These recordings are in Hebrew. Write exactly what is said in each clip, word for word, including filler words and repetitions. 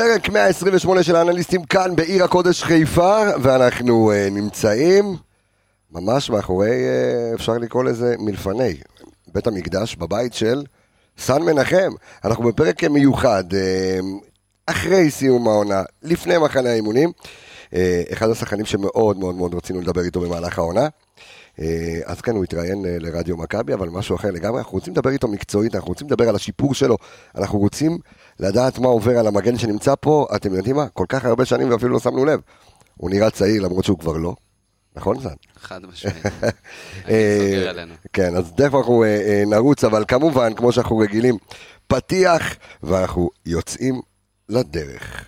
פרק מאה עשרים ושמונה של האנליסטים כאן בעיר הקודש חיפה, ואנחנו uh, נמצאים ממש מאחורי, uh, אפשר לקרוא לזה מלפני, בית המקדש, בבית של סן מנחם. אנחנו בפרק מיוחד, uh, אחרי סיום העונה, לפני מחנה האימונים, uh, אחד השחקנים שמאוד מאוד מאוד רצינו לדבר איתו במהלך העונה, uh, אז כן, הוא התראיין uh, לרדיו מכבי, אבל משהו אחר לגמרי, אנחנו רוצים לדבר איתו מקצועית, אנחנו רוצים לדבר על השיפור שלו, אנחנו רוצים לדעת מה עובר על המגן שנמצא פה. אתם יודעים מה? כל כך הרבה שנים ואפילו לא שמנו לב. הוא נראה צעיר למרות שהוא כבר לא. נכון, סן? חד משמעית. אני סוגר עלינו. כן, אז דרך אנחנו נרוץ, אבל כמובן, כמו שאנחנו רגילים, פתיח, ואנחנו יוצאים לדרך.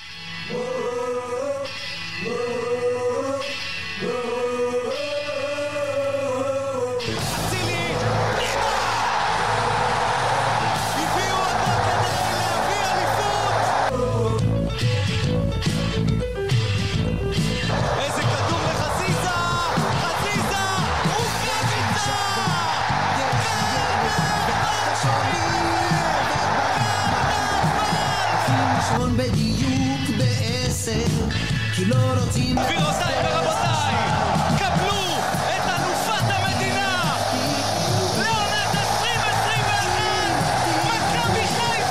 בדיוק בעשר, כי לא רוצים... גבירותיי ורבותיי, קבלו את אלופת המדינה לעונת עשרים עשרים ואחת, מכבי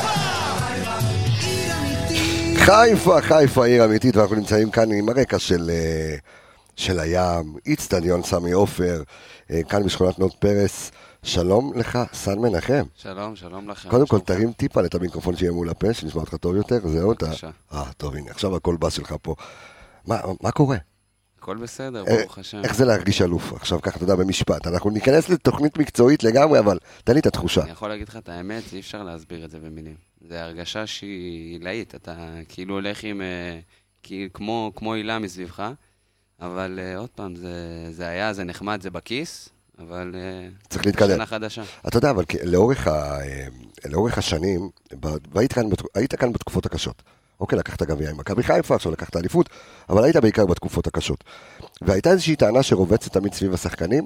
חיפה. חיפה, חיפה, עיר אמיתית, ואנחנו נמצאים כאן עם הרקע של, של הים, איצטדיון סמי עופר, כאן בשכונת נאות פרס. שלום לך, סן מנחם. שלום, שלום לכם. קודם כל, תרים טיפה את המיקרופון שיהיה מול הפה, שנשמע אותך טוב יותר, זהו אתה. בבקשה. אה, טוב, הנה, עכשיו הכל בא שלך פה. מה, מה קורה? הכל בסדר, אה, ברוך השם. איך זה להרגיש אלוף? עכשיו ככה, אתה יודע, במשפט. אנחנו ניכנס לתוכנית מקצועית לגמרי, אבל תן לי את התחושה. אני יכול להגיד לך את האמת, אי אפשר להסביר את זה במילים. זה הרגשה שהיא להיט, אתה כאילו הולך עם, אה, כאילו, כמו, כמו הילה מסביבך, אבל אה, עוד פעם, זה, זה היה, זה נחמד, זה בכיס, אבל צריך להתקדם. שנה חדשה. אתה יודע, אבל לאורך, ה... לאורך השנים, והיית כאן, היית כאן בתקופות הקשות. אוקיי, לקחת גביע עם מכבי חיפה, עכשיו לקחת אליפות, אבל היית בעיקר בתקופות הקשות. והייתה איזושהי טענה שרובצת תמיד סביב השחקנים,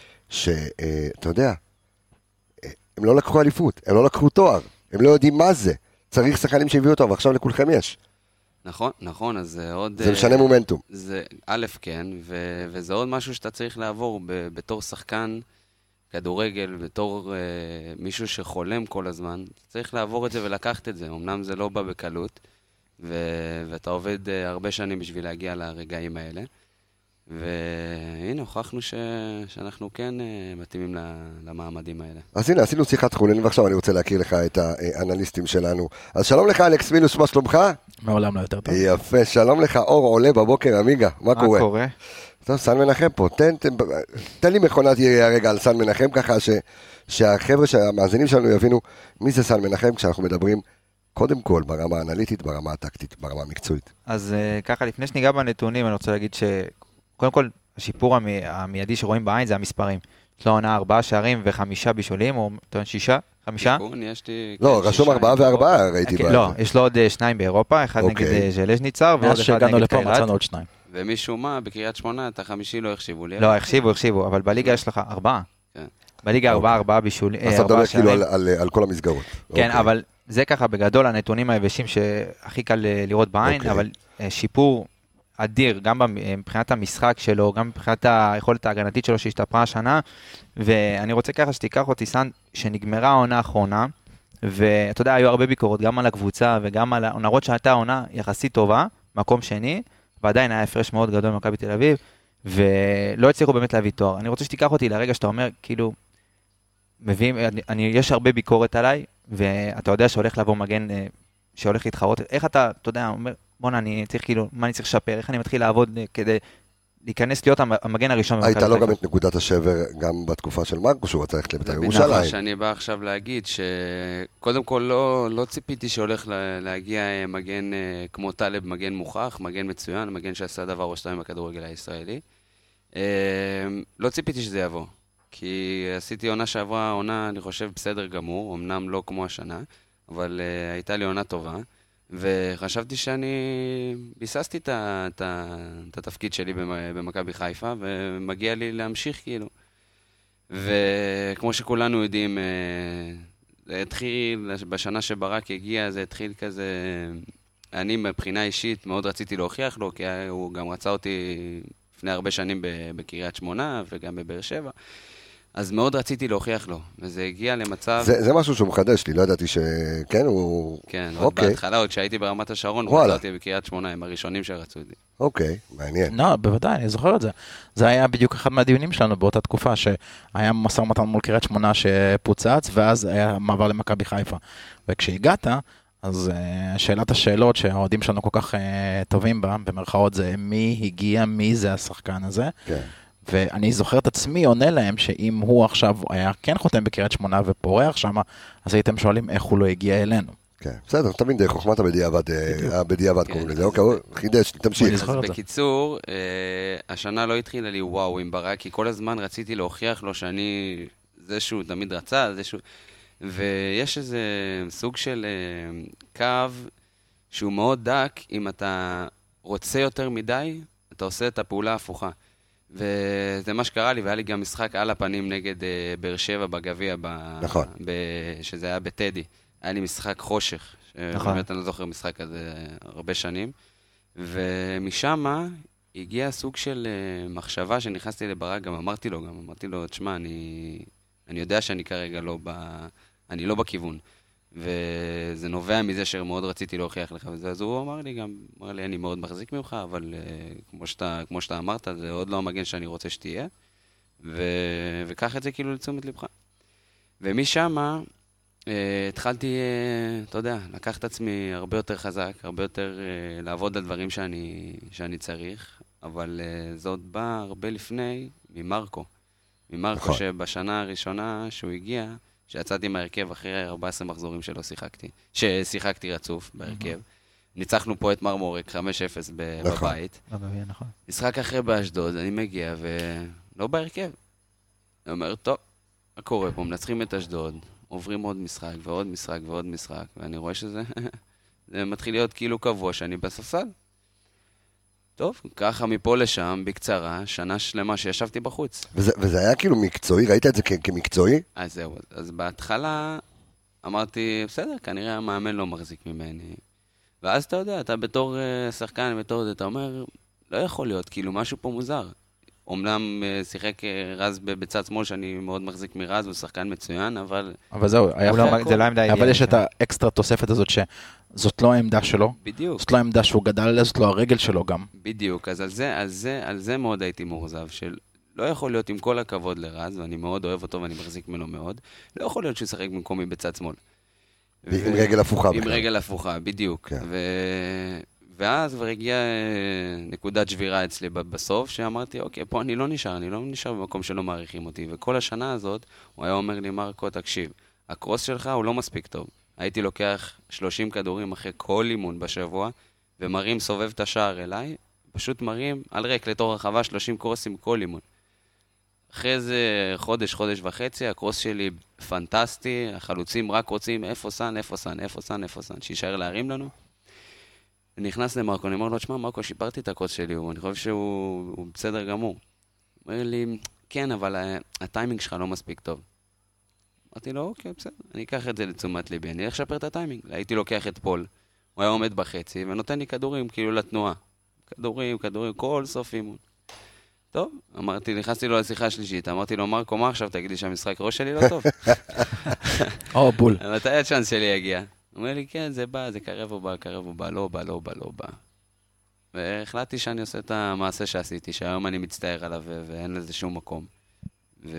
שאתה יודע, הם לא לקחו אליפות, הם לא לקחו תואר, הם לא יודעים מה זה. צריך שחקנים שהביאו אותו, ועכשיו לכולכם יש. נכון, נכון, אז זה עוד... זה משנה מומנטום. זה א' כן, ו- וזה עוד משהו שאתה צריך לעבור ב- בתור שחקן כדורגל, בתור uh, מישהו שחולם כל הזמן. צריך לעבור את זה ולקחת את זה. אמנם זה לא בא בקלות, ו- ואתה עובד uh, הרבה שנים בשביל להגיע לרגעים האלה. והנה, הוכחנו ש- שאנחנו כן uh, מתאימים למעמדים האלה. אז הנה, עשינו שיחת חולין, ועכשיו אני רוצה להכיר לך את האנליסטים שלנו. אז שלום לך, אלכס מינוס, מה שלומך? מעולם לא יותר טוב. יפה, שלום לך, אור עולה בבוקר, אמיגה, מה קורה? מה קורה? טוב, סן מנחם פה, תן, תן, תן לי מכונת ירייה רגע על סן מנחם, ככה ש, שהחבר'ה, שהמאזינים שלנו יבינו מי זה סן מנחם, כשאנחנו מדברים קודם כל ברמה האנליטית, ברמה הטקטית, ברמה המקצועית. אז ככה, לפני שניגע בנתונים, אני רוצה להגיד שקודם כל, השיפור המיידי שרואים בעין זה המספרים. יש לו עונה ארבעה שערים וחמישה בישולים, או שישה? חמישה? לא, רשום ארבעה וארבעה, ראיתי בעיה. לא, יש לו עוד שניים באירופה, אחד נגד ז'לז'ניצר, ועוד אחד נגד קיירת. ומשום מה, בקריית שמונה, את החמישי לא החשיבו לי. לא, החשיבו, החשיבו, אבל בליגה יש לך ארבעה. בליגה ארבעה, ארבעה בישולים. אז אתה מדבר כאילו על כל המסגרות. כן, אבל זה ככה בגדול הנתונים היבשים שהכי קל לראות בעין, אבל שיפור אדיר, גם מבחינת המשחק שלו, גם מבחינת היכולת ההגנתית שלו שהשתפרה השנה, ואני רוצה ככה שתיקח אותי סן, שנגמרה העונה האחרונה, ואתה יודע, היו הרבה ביקורות, גם על הקבוצה וגם על העונות שהייתה עונה יחסית טובה, מקום שני, ועדיין היה הפרש מאוד גדול במכבי תל אביב, ולא הצליחו באמת להביא תואר. אני רוצה שתיקח אותי לרגע שאתה אומר, כאילו, מביאים, אני, יש הרבה ביקורת עליי, ואתה יודע שהולך לבוא מגן, שהולך להתחרות, איך אתה, אתה יודע, אומר, בוא'נה, אני צריך כאילו, מה אני צריך לשפר, איך אני מתחיל לעבוד כדי להיכנס להיות המגן הראשון. היית לא גם את נקודת השבר גם בתקופה של מרקו, שהוא רצה ללכת לבית"ר ירושלים. שאני בא עכשיו להגיד שקודם כל לא, לא ציפיתי שהולך להגיע מגן כמו טלב, מגן מוכח, מגן מצוין, מגן שעשה דבר או שתיים בכדורגל הישראלי. לא ציפיתי שזה יבוא, כי עשיתי עונה שעברה, עונה אני חושב בסדר גמור, אמנם לא כמו השנה, אבל הייתה לי עונה טובה. וחשבתי שאני ביססתי את, את, את התפקיד שלי במכבי חיפה, ומגיע לי להמשיך כאילו. וכמו שכולנו יודעים, זה התחיל, בשנה שברק הגיע, זה התחיל כזה אני מבחינה אישית מאוד רציתי להוכיח לו, כי הוא גם רצה אותי לפני הרבה שנים בקריית שמונה וגם בבאר שבע. אז מאוד רציתי להוכיח לו, וזה הגיע למצב... זה, זה משהו שהוא מחדש לי, לא ידעתי שכן, הוא... כן, אוקיי. עוד בהתחלה, עוד שהייתי ברמת השרון, הוא רצה אותי בקריית שמונה, הם הראשונים שרצו אותי. אוקיי, מעניין. לא, בוודאי, אני זוכר את זה. זה היה בדיוק אחד מהדיונים שלנו באותה תקופה, שהיה משא ומתן מול קריית שמונה שפוצץ, ואז היה מעבר למכבי חיפה. וכשהגעת, אז uh, שאלת השאלות שהאוהדים שלנו כל כך uh, טובים בה, במרכאות זה מי הגיע, מי זה השחקן הזה. כן. ואני זוכר את עצמי עונה להם שאם הוא עכשיו היה כן חותם בקריית שמונה ופורח שם, אז הייתם שואלים איך הוא לא הגיע אלינו. כן, בסדר, תמיד חוכמת הבדיעבד, הבדיעבד קוראים לזה, אוקיי, חידש, תמשיך. אז בקיצור, השנה לא התחילה לי וואו עם ברק, כי כל הזמן רציתי להוכיח לו שאני, זה שהוא תמיד רצה, זה שהוא... ויש איזה סוג של קו שהוא מאוד דק, אם אתה רוצה יותר מדי, אתה עושה את הפעולה ההפוכה. וזה מה שקרה לי, והיה לי גם משחק על הפנים נגד uh, באר שבע בגביע, ב... נכון. ב... שזה היה בטדי. היה לי משחק חושך, נכון. באמת אני לא זוכר משחק כזה הרבה שנים. ומשם הגיע סוג של uh, מחשבה שנכנסתי לברק, גם אמרתי לו, גם אמרתי לו, תשמע, אני, אני יודע שאני כרגע לא, ב... אני לא בכיוון. וזה נובע מזה שמאוד רציתי להוכיח לך וזה, אז הוא אמר לי גם, אמר לי, אני מאוד מחזיק ממך, אבל uh, כמו, שאתה, כמו שאתה אמרת, זה עוד לא המגן שאני רוצה שתהיה, ו... וקח את זה כאילו לתשומת לבך. ומשם uh, התחלתי, uh, אתה יודע, לקח את עצמי הרבה יותר חזק, הרבה יותר uh, לעבוד על דברים שאני, שאני צריך, אבל uh, זה עוד בא הרבה לפני ממרקו. ממרקו שבשנה הראשונה שהוא הגיע, שיצאתי מהרכב אחרי ארבעה עשר מחזורים שלא שיחקתי, ששיחקתי רצוף בהרכב. ניצחנו פה את מרמורק חמש אפס בבית. משחק אחרי באשדוד, אני מגיע ולא בהרכב. אני אומר, טוב, מה קורה פה? מנצחים את אשדוד, עוברים עוד משחק ועוד משחק ועוד משחק, ואני רואה שזה זה מתחיל להיות כאילו קבוע שאני בספסל. טוב, ככה מפה לשם, בקצרה, שנה שלמה שישבתי בחוץ. וזה, וזה היה כאילו מקצועי? ראית את זה כ- כמקצועי? אז זהו, אז בהתחלה אמרתי, בסדר, כנראה המאמן לא מחזיק ממני. ואז אתה יודע, אתה בתור uh, שחקן, בתור זה, אתה אומר, לא יכול להיות, כאילו משהו פה מוזר. אומנם uh, שיחק uh, רז בצד שמאל, שאני מאוד מחזיק מרז, הוא שחקן מצוין, אבל... אבל זהו, היה לא, זה לא העמדה. אבל יש את האקסטרה תוספת הזאת ש... זאת לא העמדה שלו, בדיוק. זאת לא העמדה שהוא גדל עליה, זאת לא הרגל שלו גם. בדיוק, אז על זה, על זה, על זה מאוד הייתי מורזב, של לא יכול להיות עם כל הכבוד לרז, ואני מאוד אוהב אותו ואני מחזיק ממנו מאוד, לא יכול להיות שהוא ישחק במקומי בצד שמאל. עם ו... רגל הפוכה. עם בכלל. רגל הפוכה, בדיוק. כן. ו... ואז כבר הגיעה נקודת שבירה אצלי בסוף, שאמרתי, אוקיי, פה אני לא נשאר, אני לא נשאר במקום שלא מעריכים אותי, וכל השנה הזאת הוא היה אומר לי, מרקו, תקשיב, הקרוס שלך הוא לא מספיק טוב. הייתי לוקח שלושים כדורים אחרי כל אימון בשבוע, ומרים סובב את השער אליי, פשוט מרים על ריק לתור רחבה שלושים קרוסים כל אימון. אחרי זה חודש, חודש וחצי, הקרוס שלי פנטסטי, החלוצים רק רוצים איפה סן, איפה סן, איפה סן, איפה סן, שישאר להרים לנו. נכנס למרקו, אני אומר לו, תשמע, מרקו, שיפרתי את הקרוס שלי, אני חושב שהוא בסדר גמור. הוא אומר לי, כן, אבל הטיימינג שלך לא מספיק טוב. אמרתי לו, אוקיי, בסדר, אני אקח את זה לתשומת ליבי, אני אלך לשפר את הטיימינג. הייתי לוקח את פול, הוא היה עומד בחצי, ונותן לי כדורים, כאילו לתנועה. כדורים, כדורים, כל סוף אימון. טוב, אמרתי, נכנסתי לו לשיחה השלישית, אמרתי לו, מרקו, מה עכשיו? תגיד לי שהמשחק ראש שלי לא טוב. או, בול. מתי הצ'אנס שלי יגיע? הוא אומר לי, כן, זה בא, זה קרב או בא, קרב או בא, לא בא, לא בא, לא בא. והחלטתי שאני עושה את המעשה שעשיתי, שהיום אני מצטער עליו ואין לזה שום מקום. ו...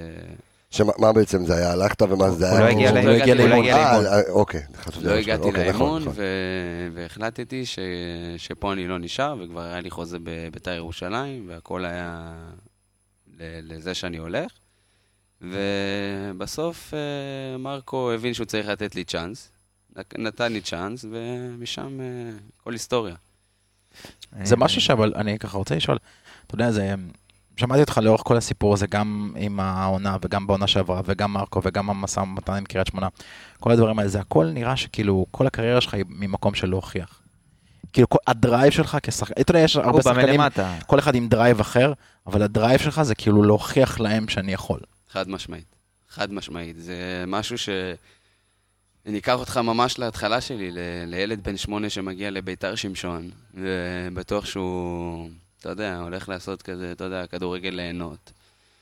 שמה בעצם זה היה? הלכת ומה זה היה? הוא לא הגיע לאימון. אוקיי. לא הגעתי לאימון, והחלטתי שפה אני לא נשאר, וכבר היה לי חוזה בבית"ר ירושלים, והכל היה לזה שאני הולך. ובסוף מרקו הבין שהוא צריך לתת לי צ'אנס, נתן לי צ'אנס, ומשם כל היסטוריה. זה משהו שאבל אני ככה רוצה לשאול, אתה יודע, זה... שמעתי אותך לאורך כל הסיפור הזה, גם עם העונה וגם בעונה שעברה, וגם מרקו וגם המסע ומתן עם קריית שמונה. כל הדברים האלה, זה הכל נראה שכאילו, כל הקריירה שלך היא ממקום של להוכיח. כאילו, כל, הדרייב שלך כשחקן, אתה יודע, יש הרבה שחקנים, כל אחד עם דרייב אחר, אבל הדרייב שלך זה כאילו להוכיח להם שאני יכול. חד משמעית. חד משמעית. זה משהו ש... אני אקח אותך ממש להתחלה שלי, ל- לילד בן שמונה שמגיע לביתר שמשון, ובטוח שהוא, אתה יודע, הולך לעשות כזה, אתה יודע, כדורגל ליהנות.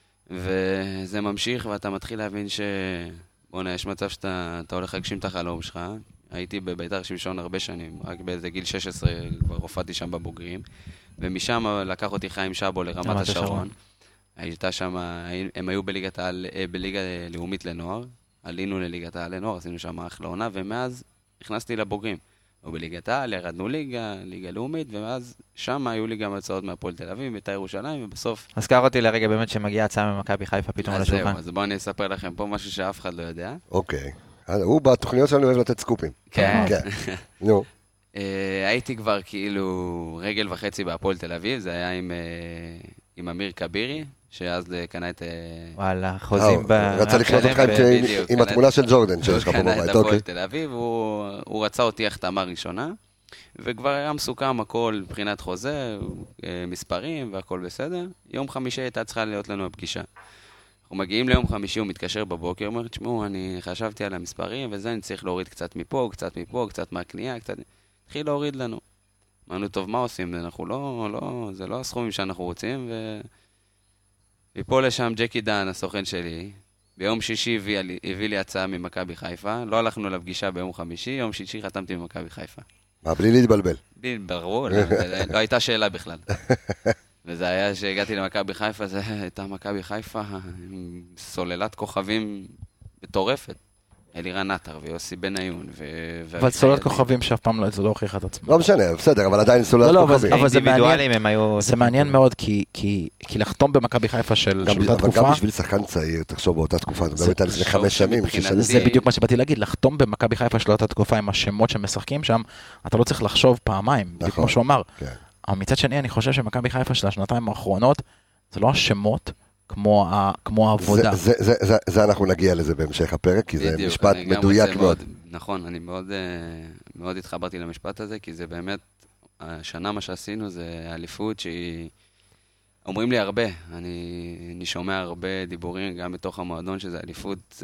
וזה ממשיך, ואתה מתחיל להבין ש... בוא'נה, יש מצב שאתה אתה הולך להגשים את החלום שלך. הייתי בביתר שמשון הרבה שנים, רק באיזה גיל שש עשרה כבר הופעתי שם בבוגרים, ומשם לקח אותי חיים שבו לרמת השרון. הייתה שם, הם היו בליגת העל, בליגה לאומית לנוער, עלינו לליגת העל לנוער, עשינו שם אחלה עונה, ומאז נכנסתי לבוגרים. או בליגת העל, ירדנו ליגה, ליגה לאומית, ומאז שם היו לי גם הצעות מהפועל תל אביב, בית"ר ירושלים, ובסוף... אז קרא אותי לרגע באמת שמגיעה הצעה ממכבי חיפה פתאום על השולחן. אז בואו אני אספר לכם פה משהו שאף אחד לא יודע. אוקיי. הוא בתוכניות שלנו אוהב לתת סקופים. כן. נו. הייתי כבר כאילו רגל וחצי בהפועל תל אביב, זה היה עם אמיר כבירי, שאז קנה את... וואלה, חוזים ב... רצה לקנות אותך עם התמונה של ג'ורדן שיש לך פה בבית. קנה את הפועל תל אביב, הוא רצה אותי החתמה ראשונה, וכבר היה מסוכם הכל מבחינת חוזה, מספרים והכל בסדר. יום חמישי הייתה צריכה להיות לנו הפגישה. אנחנו מגיעים ליום חמישי, הוא מתקשר בבוקר, הוא אומר, תשמעו, אני חשבתי על המספרים, וזה אני צריך להוריד קצת מפה, קצת מפה, קצת מהקנייה, קצת... התחיל להוריד לנו. אמרנו, טוב, מה עושים? אנחנו לא, לא, זה לא הסכומים שאנחנו רוצים, ו... ופה לשם ג'קי דן, הסוכן שלי, ביום שישי הביא, הביא לי הצעה ממכבי חיפה, לא הלכנו לפגישה ביום חמישי, יום שישי חתמתי ממכבי חיפה. מה, בלי להתבלבל? בלי, ברור, לא, לא הייתה שאלה בכלל. וזה היה שהגעתי למכבי חיפה, זה הייתה מכבי חיפה עם סוללת כוכבים מטורפת. אלירן עטר ויוסי בניון. אבל סוללת כוכבים שאף פעם לא הוכיחה את עצמו. לא משנה, בסדר, אבל עדיין סוללת כוכבים. אבל זה מעניין מאוד, כי לחתום במכבי חיפה של אותה תקופה... גם בשביל שחקן צעיר, תחשוב באותה תקופה, אתה מדבר איתה לפני חמש שנים. זה בדיוק מה שבאתי להגיד, לחתום במכבי חיפה של אותה תקופה עם השמות שמשחקים שם, אתה לא צריך לחשוב פעמיים, בדיוק כמו שהוא אמר. אבל מצד שני, אני חושב שמכבי חיפה של השנתיים האחרונות, זה לא השמות, כמו, ה, כמו העבודה. זה, זה, זה, זה אנחנו נגיע לזה בהמשך הפרק, כי זה בדיוק, משפט מדויק מאוד. מאוד. נכון, אני מאוד, מאוד התחברתי למשפט הזה, כי זה באמת, השנה מה שעשינו זה אליפות שהיא, אומרים לי הרבה, אני, אני שומע הרבה דיבורים גם בתוך המועדון, שזה אליפות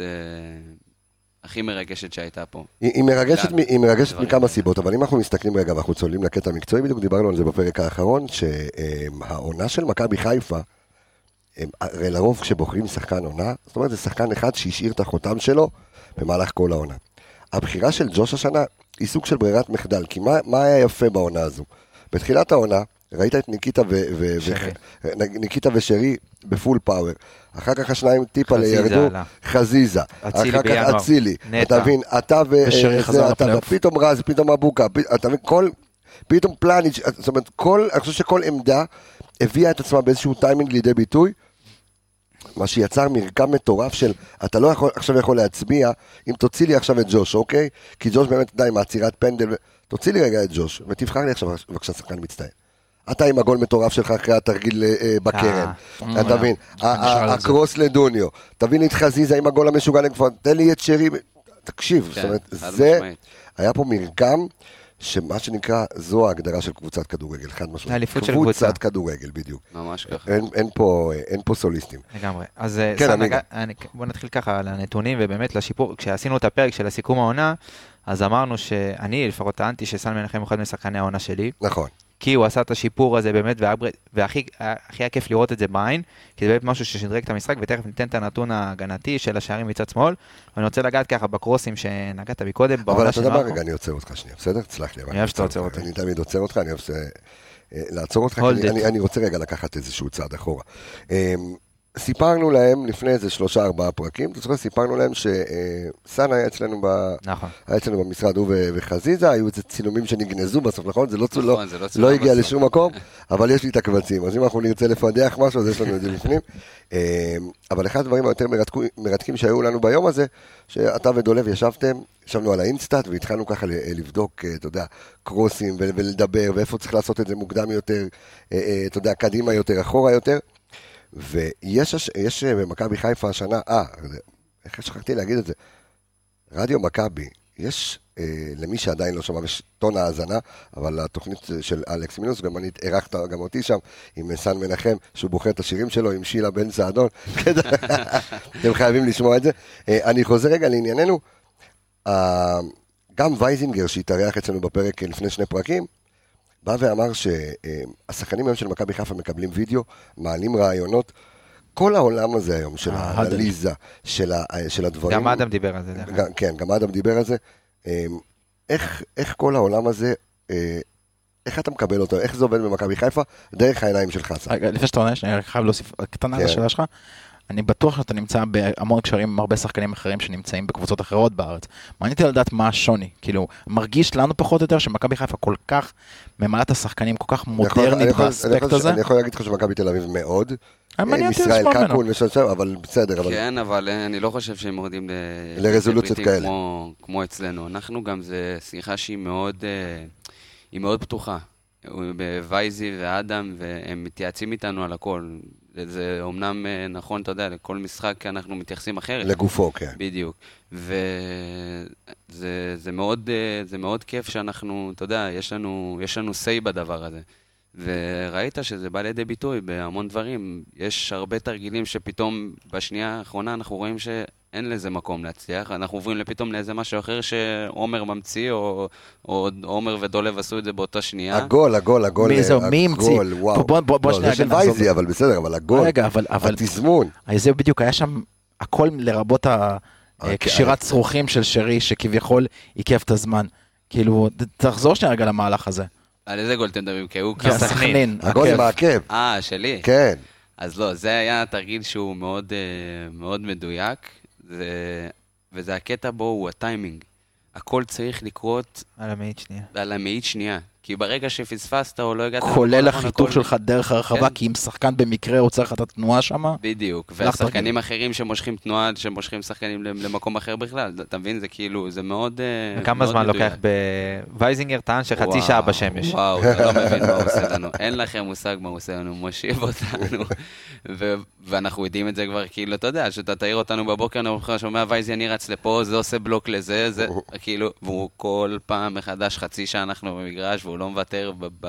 הכי מרגשת שהייתה פה. היא, היא מרגשת, מ, היא מרגשת מכמה סיבות, אבל אם אנחנו מסתכלים רגע ואנחנו צוללים לקטע מקצועי, בדיוק דיברנו על זה בפרק האחרון, שהעונה של מכבי חיפה, הרי לרוב כשבוחרים שחקן עונה, זאת אומרת זה שחקן אחד שהשאיר את החותם שלו במהלך כל העונה. הבחירה של ג'וש השנה היא סוג של ברירת מחדל, כי מה, מה היה יפה בעונה הזו? בתחילת העונה ראית את ניקיטה, ו- ו- ו- ניקיטה ושרי בפול פאוור, אחר כך השניים טיפה לירדו, חזיזה, אחר כך אצילי, אתה מבין, אתה ופתאום רז, פתאום אבוקה, אתה מבין, כל, פתאום פלניץ', זאת אומרת, כל, אני חושב שכל עמדה הביאה את עצמה באיזשהו טיימינג לידי ביטוי, מה שיצר מרקם מטורף של, אתה לא יכול, עכשיו יכול להצביע, אם תוציא לי עכשיו את ג'וש, אוקיי? כי ג'וש באמת, די, מעצירת פנדל, תוציא לי רגע את ג'וש, ותבחר לי עכשיו, בבקשה, שחקן מצטיין. אתה עם הגול מטורף שלך אחרי התרגיל בקרן, אתה מבין, הקרוס לדוניו, תבין לי את חזיזה עם הגול המשוגע לכפר, תן לי את שרי, תקשיב, זאת אומרת, זה, היה פה מרקם, שמה שנקרא, זו ההגדרה של קבוצת כדורגל, חד משמעית. קבוצת כדורגל, בדיוק. ממש ככה. אין, אין פה, אין פה סוליסטים. לגמרי. אז כן, סן, נג... בוא נתחיל ככה על הנתונים, ובאמת לשיפור, כשעשינו את הפרק של הסיכום העונה, אז אמרנו שאני, לפחות טענתי שסן מנחם הוא אחד משחקני העונה שלי. נכון. כי הוא עשה את השיפור הזה באמת, והכי היה כיף לראות את זה בעין, כי זה באמת משהו ששדרג את המשחק, ותכף ניתן את הנתון ההגנתי של השערים מצד שמאל, ואני רוצה לגעת ככה בקרוסים שנגעת מקודם. אבל אתה דבר רגע, אני עוצר אותך שנייה, בסדר? תסלח לי. אני אוהב שאתה עוצר אותך. אני תמיד עוצר אותך, אני אוהב לעצור אותך, כי אני רוצה רגע לקחת איזשהו צעד אחורה. סיפרנו להם לפני איזה שלושה ארבעה פרקים, אתה זוכר, סיפרנו להם שסן היה אצלנו היה אצלנו במשרד, הוא וחזיזה, היו איזה צילומים שנגנזו בסוף, נכון? זה לא הגיע לשום מקום, אבל יש לי את הקבצים, אז אם אנחנו נרצה לפדח משהו, אז יש לנו את זה לפנים. אבל אחד הדברים היותר מרתקים שהיו לנו ביום הזה, שאתה ודולב ישבתם, ישבנו על האינסטאט, והתחלנו ככה לבדוק, אתה יודע, קרוסים ולדבר, ואיפה צריך לעשות את זה מוקדם יותר, אתה יודע, קדימה יותר, אחורה יותר. ויש יש במכבי חיפה השנה, אה, איך שכחתי להגיד את זה, רדיו מכבי, יש, אה, למי שעדיין לא שמע, יש טון האזנה, אבל התוכנית של אלכס מינוס, גם אני ערכת גם אותי שם, עם סן מנחם, שהוא בוחר את השירים שלו, עם שילה בן סעדון, אתם חייבים לשמוע את זה. אה, אני חוזר רגע לענייננו, גם וייזינגר שהתארח אצלנו בפרק לפני שני פרקים, בא ואמר שהשחקנים היום של מכבי חיפה מקבלים וידאו, מעלים רעיונות, כל העולם הזה היום של האנליזה, של הדברים. גם אדם דיבר על זה. כן, גם אדם דיבר על זה. איך כל העולם הזה, איך אתה מקבל אותו, איך זה עובד במכבי חיפה, דרך העיניים שלך. לפני שאתה עונה, אני חייב להוסיף קטנה על השאלה שלך. אני בטוח שאתה נמצא בהמון קשרים עם הרבה שחקנים אחרים שנמצאים בקבוצות אחרות בארץ. מעניין אותי לדעת מה השוני. כאילו, מרגיש לנו פחות או יותר שמכבי חיפה כל כך ממלאת השחקנים, כל כך מודרנית באספקט הזה. אני יכול להגיד לך שמכבי תל אביב מאוד. ישראל קקון ושם, אבל בסדר. כן, אבל אני לא חושב שהם מורדים לרזולוציות כאלה. כמו אצלנו. אנחנו גם, זה שיחה שהיא מאוד פתוחה. בווייזי ואדם, והם מתייעצים איתנו על הכל. זה אומנם נכון, אתה יודע, לכל משחק אנחנו מתייחסים אחרת. לגופו, כן. בדיוק. וזה מאוד, זה מאוד כיף שאנחנו, אתה יודע, יש לנו, יש לנו say בדבר הזה. וראית שזה בא לידי ביטוי בהמון דברים. יש הרבה תרגילים שפתאום בשנייה האחרונה אנחנו רואים שאין לזה מקום להצליח. אנחנו עוברים לפתאום לאיזה משהו אחר שעומר ממציא, או, או עומר ודולב עשו את זה באותה שנייה. הגול, הגול, הגול. מי זהו, מי המציא? בוא, בוא, בוא, לא, זה של וייזי, אבל בסדר, אבל הגול. רגע, אבל, אבל... התזמון. זה בדיוק, היה שם הכל לרבות הקשירת צרוכים של שרי, שכביכול עיכב את הזמן. כאילו, תחזור שנייה רגע למהלך הזה. על איזה גול אתם מדברים? כי הוא סכנין. הגול עם העקב. אה, שלי? כן. אז לא, זה היה תרגיל שהוא מאוד, מאוד מדויק, זה, וזה הקטע בו הוא הטיימינג. הכל צריך לקרות על המאית שנייה. על המאית שנייה. כי ברגע שפספסת או לא הגעת... כולל החיתוך שלך דרך הרחבה, כי אם שחקן במקרה הוא צריך את התנועה שם. בדיוק, והשחקנים אחרים שמושכים תנועה, שמושכים שחקנים למקום אחר בכלל. אתה מבין, זה כאילו, זה מאוד... וכמה זמן לוקח בווייזינגר טען שחצי שעה בשמש. וואו, אתה לא מבין מה הוא עושה לנו. אין לכם מושג מה הוא עושה לנו, מושיב אותנו. ואנחנו יודעים את זה כבר, כאילו, אתה יודע, שאתה תעיר אותנו בבוקר, אנחנו שומע וייזי, אני רץ לפה, זה עושה בלוק לזה, זה, כאילו, והוא כל פעם מחדש חצי שעה אנחנו במגרש, והוא לא מוותר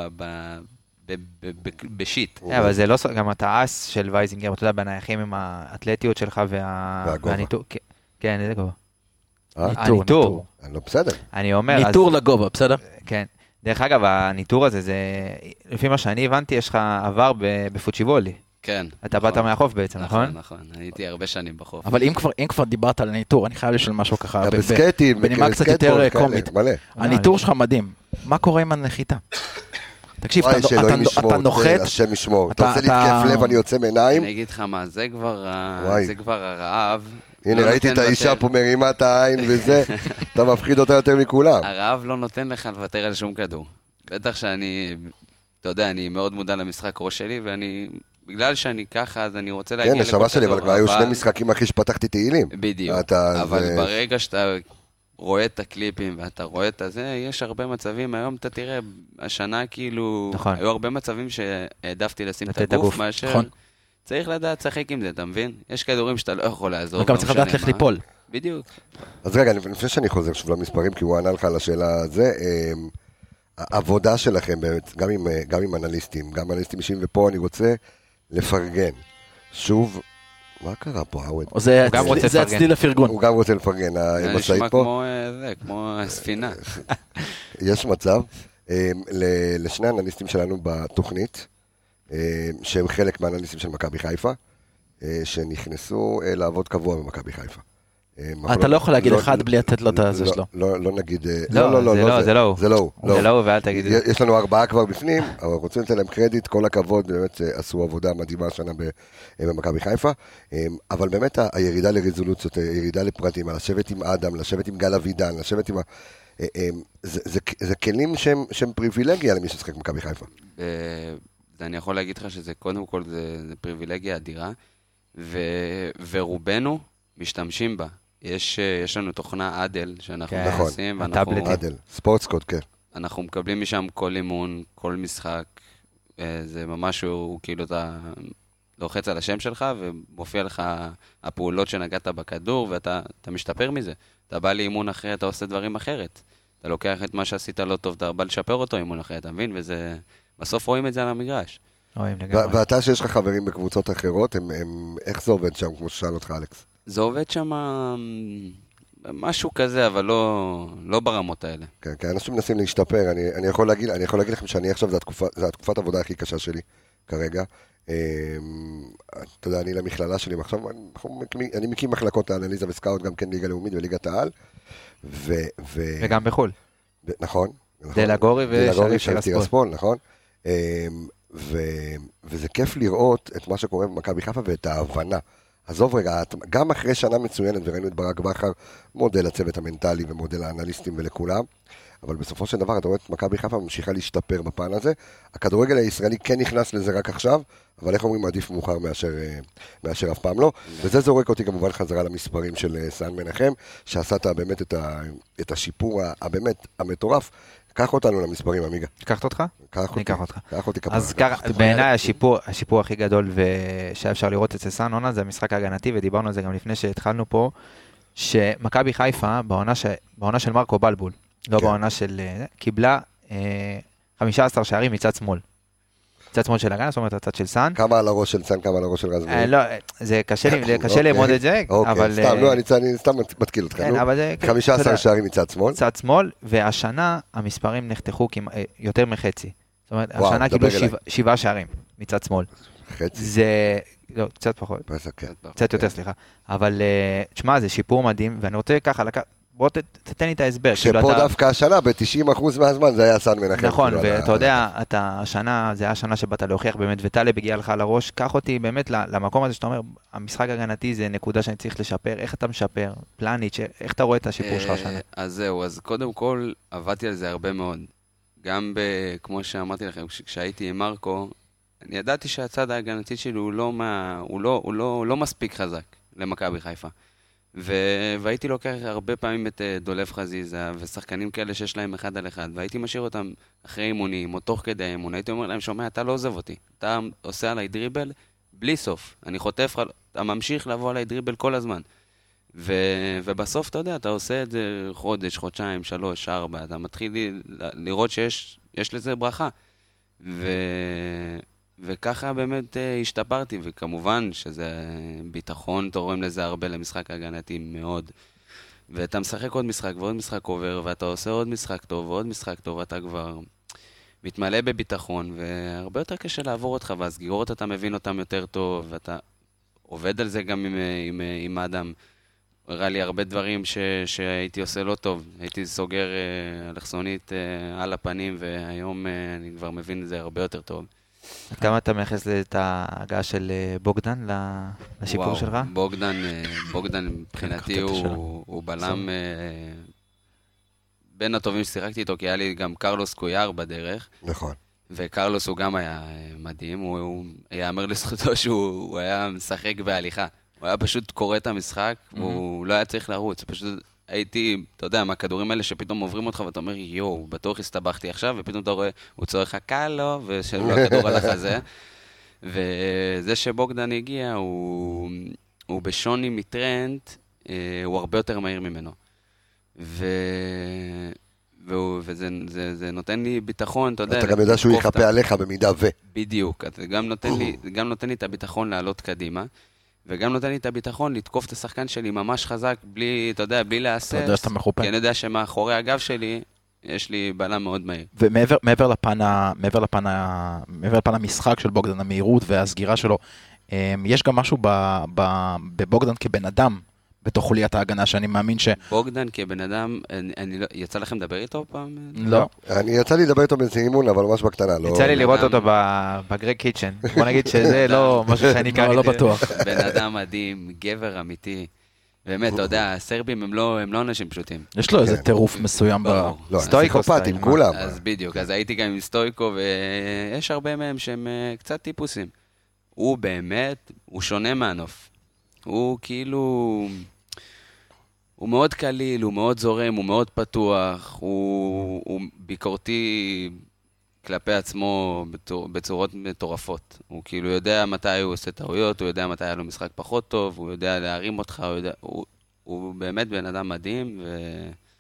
בשיט. אבל זה לא, גם אתה אס של וייזינגר, אתה יודע, בנייחים עם האתלטיות שלך והניתור. כן, איזה גובה. הניתור. אני לא בסדר. אני אומר... ניתור לגובה, בסדר? כן. דרך אגב, הניתור הזה, זה, לפי מה שאני הבנתי, יש לך עבר בפוצ'יבולי. כן. אתה באת מהחוף בעצם, נכון? נכון, נכון. הייתי הרבה שנים בחוף. אבל אם כבר דיברת על הניתור, אני חייב לשאול משהו ככה. בסקטים, בנימה קצת יותר קומית. הניתור שלך מדהים. מה קורה עם הנחיתה? תקשיב, אתה נוחת... השם ישמור. אתה עושה לי תקף לב, אני יוצא מעיניים. אני אגיד לך מה, זה כבר הרעב. הנה, ראיתי את האישה פה מרימה את העין וזה, אתה מפחיד אותה יותר מכולם. הרעב לא נותן לך לוותר על שום כדור. בטח שאני, אתה יודע, אני מאוד מודע למשחק ראש שלי, ואני, בגלל שאני ככה, אז אני רוצה להגיע לכל כדור. כן, נשמה שלי, אבל היו שני משחקים אחי שפתחתי תהילים. בדיוק, אבל ברגע שאתה רואה את הקליפים ואתה רואה את הזה, יש הרבה מצבים, היום אתה תראה, השנה כאילו, היו הרבה מצבים שהעדפתי לשים את הגוף מאשר... צריך לדעת לשחק עם זה, אתה מבין? יש כדורים שאתה לא יכול לעזור. וגם צריך לדעת איך ליפול. בדיוק. אז רגע, לפני שאני חוזר שוב למספרים, כי הוא ענה לך על השאלה הזו, העבודה שלכם באמת, גם עם, גם עם אנליסטים, גם אנליסטים אישיים, ופה אני רוצה לפרגן. שוב, מה קרה פה, עווד? זה הצליל לפרגון. הוא גם רוצה לפרגן, זה נשמע כמו זה, כמו הספינה. יש מצב. לשני אנליסטים שלנו בתוכנית, שהם חלק מהאנליסטים של מכבי חיפה, שנכנסו לעבוד קבוע במכבי חיפה. אתה לא יכול להגיד אחד בלי לתת לו את הזה שלו. לא נגיד... לא, לא, לא, זה לא. זה לא. זה לא, ואל תגיד את זה. יש לנו ארבעה כבר בפנים, אבל רוצים לתת להם קרדיט, כל הכבוד, באמת עשו עבודה מדהימה השנה במכבי חיפה, אבל באמת הירידה לרזולוציות, הירידה לפרטים, לשבת עם אדם, לשבת עם גל אבידן, לשבת עם... זה כלים שהם פריבילגיה למי ששחק במכבי חיפה. אני יכול להגיד לך שזה קודם כל זה, זה פריבילגיה אדירה, ו, ורובנו משתמשים בה. יש, יש לנו תוכנה אדל שאנחנו כן, עושים, נכון, ואנחנו... אדל, ספורטסקוד, כן. אנחנו מקבלים משם כל אימון, כל משחק, זה ממש הוא כאילו אתה לוחץ על השם שלך, ומופיע לך הפעולות שנגעת בכדור, ואתה אתה משתפר מזה. אתה בא לאימון אחרי, אתה עושה דברים אחרת. אתה לוקח את מה שעשית לא טוב, אתה בא לשפר אותו אימון אחרי, אתה מבין? וזה... בסוף רואים את זה על המגרש. ואתה שיש לך חברים בקבוצות אחרות, איך זה עובד שם, כמו ששאל אותך אלכס? זה עובד שם, משהו כזה, אבל לא, לא ברמות האלה. כן, כן, אנשים מנסים להשתפר, אני, אני יכול להגיד, אני יכול להגיד לכם שאני עכשיו, זו התקופה, זו התקופת העבודה הכי קשה שלי כרגע. אתה יודע, אני למכללה שלי, עכשיו אני מקים מחלקות האנליזה וסקאוט, גם כן ליגה לאומית וליגת העל. ו, ו... וגם בחול. ו... נכון. דלגורי ושריף טירספול, נכון. ו... וזה כיף לראות את מה שקורה במכבי חיפה ואת ההבנה. עזוב רגע, גם אחרי שנה מצוינת, וראינו את ברק בכר, מודל הצוות המנטלי ומודל האנליסטים ולכולם, אבל בסופו של דבר, אתה רואה את מכבי חיפה ממשיכה להשתפר בפן הזה. הכדורגל הישראלי כן נכנס לזה רק עכשיו, אבל איך אומרים, עדיף מאוחר מאשר, מאשר אף פעם לא. וזה זורק אותי כמובן חזרה למספרים של סן מנחם, שעשת באמת את, ה, את השיפור הבאמת המטורף. קח אותנו למספרים, אמיגה. קחת אותך? קח אותי. אני אקח אותך. קח אותי כפרה. אז בעיניי השיפור, השיפור הכי גדול שאפשר לראות אצל סן עונה, זה המשחק ההגנתי, ודיברנו על זה גם לפני שהתחלנו פה, שמכבי חיפה, בעונה, ש... בעונה של מרקו בלבול, לא כן. בעונה של... קיבלה אה, חמישה עשר שערים מצד שמאל. מצד שמאל של הגנה, זאת אומרת, הצד של סן. כמה על הראש של סן, כמה על הראש של רז מאיר? לא, זה קשה לאמוד את זה, אבל... סתם, לא, אני סתם מתקיל אותך, נו. חמישה עשר שערים מצד שמאל. מצד שמאל, והשנה המספרים נחתכו יותר מחצי. זאת אומרת, השנה קיבלו שבעה שערים מצד שמאל. חצי? זה... לא, קצת פחות. קצת יותר, סליחה. אבל, תשמע, זה שיפור מדהים, ואני רוצה ככה לקחת... בוא תתן לי את ההסבר. שפה דווקא השנה, ב-תשעים אחוז מהזמן, זה היה סן מנחם. נכון, ואתה יודע, השנה, זה היה השנה שבאת להוכיח באמת, וטלב הגיע לך לראש, קח אותי באמת למקום הזה שאתה אומר, המשחק הגנתי זה נקודה שאני צריך לשפר, איך אתה משפר, פלניץ', איך אתה רואה את השיפור שלך השנה? אז זהו, אז קודם כל, עבדתי על זה הרבה מאוד. גם כמו שאמרתי לכם, כשהייתי עם מרקו, אני ידעתי שהצד ההגנתי שלי הוא לא, מה, הוא לא, הוא לא, לא מספיק חזק למכבי חיפה. ו- והייתי לוקח הרבה פעמים את דולב חזיזה ושחקנים כאלה שיש להם אחד על אחד, והייתי משאיר אותם אחרי אימונים או תוך כדי אימון, הייתי אומר להם, שומע, אתה לא עוזב אותי, אתה עושה עליי דריבל בלי סוף, אני חוטף, אתה ממשיך לבוא עליי דריבל כל הזמן, ו- ובסוף אתה יודע, אתה עושה את זה חודש, חודשיים, שלוש, ארבע, אתה מתחיל ל- לראות שיש יש לזה ברכה, ו- וככה באמת uh, השתפרתי, וכמובן שזה ביטחון, תורם לזה הרבה למשחק הגנתי מאוד. ואתה משחק עוד משחק ועוד משחק עובר, ואתה עושה עוד משחק טוב ועוד משחק טוב, ואתה כבר מתמלא בביטחון, והרבה יותר קשה לעבור אותך, והסגירות אתה מבין אותם יותר טוב, ואתה עובד על זה גם עם, עם, עם האדם. הראה לי הרבה דברים ש, שהייתי עושה לא טוב. הייתי סוגר uh, אלכסונית uh, על הפנים, והיום uh, אני כבר מבין את זה הרבה יותר טוב. עד כמה אתה מייחס את ההגעה של בוגדן לשיפור שלך? בוגדן, בוגדן מבחינתי הוא בלם בין הטובים ששיחקתי איתו, כי היה לי גם קרלוס קויאר בדרך. נכון. וקרלוס הוא גם היה מדהים, הוא יאמר לזכותו שהוא היה משחק בהליכה. הוא היה פשוט קורא את המשחק, והוא לא היה צריך לרוץ, פשוט... הייתי, אתה יודע, מהכדורים האלה שפתאום עוברים אותך ואתה אומר, יואו, בטוח הסתבכתי עכשיו, ופתאום אתה רואה, הוא צורך קל לו, ושלו הכדור על החזה. וזה שבוגדן הגיע, הוא, הוא בשוני מטרנט, הוא הרבה יותר מהיר ממנו. ו... והוא, וזה זה, זה נותן לי ביטחון, אתה יודע... אתה גם יודע שהוא יחפה עליך במידה ו... בדיוק, אתה גם נותן לי, גם נותן לי את הביטחון לעלות קדימה. וגם נותן לי את הביטחון לתקוף את השחקן שלי ממש חזק, בלי, אתה יודע, בלי להסס. אתה יודע שאתה מחופה. כי אני יודע שמאחורי הגב שלי, יש לי בלם מאוד מהיר. ומעבר מעבר לפן, מעבר לפן, מעבר לפן המשחק של בוגדן, המהירות והסגירה שלו, יש גם משהו בבוגדן כבן אדם, בתוך חוליית ההגנה, שאני מאמין ש... בוגדן כבן אדם, אני, אני לא, יצא לכם לדבר איתו פעם? לא. אני יצא לי לדבר איתו באיזה אימון, אבל ממש בקטנה, לא... יצא לי לראות אותו בגרג קיצ'ן. בוא נגיד שזה לא משהו שאני כאן... לא בטוח. בן אדם מדהים, גבר אמיתי. באמת, אתה יודע, הסרבים הם לא אנשים פשוטים. יש לו איזה טירוף מסוים ב... לא, פסיכופטים, כולם. אז בדיוק, אז הייתי גם עם סטויקו, ויש הרבה מהם שהם קצת טיפוסים. הוא באמת, הוא שונה מהנוף. הוא כאילו... הוא מאוד קליל, הוא מאוד זורם, הוא מאוד פתוח, הוא, הוא ביקורתי כלפי עצמו בצור, בצורות מטורפות. הוא כאילו יודע מתי הוא עושה טעויות, הוא יודע מתי היה לו משחק פחות טוב, הוא יודע להרים אותך, הוא, יודע, הוא, הוא באמת בן אדם מדהים, ו,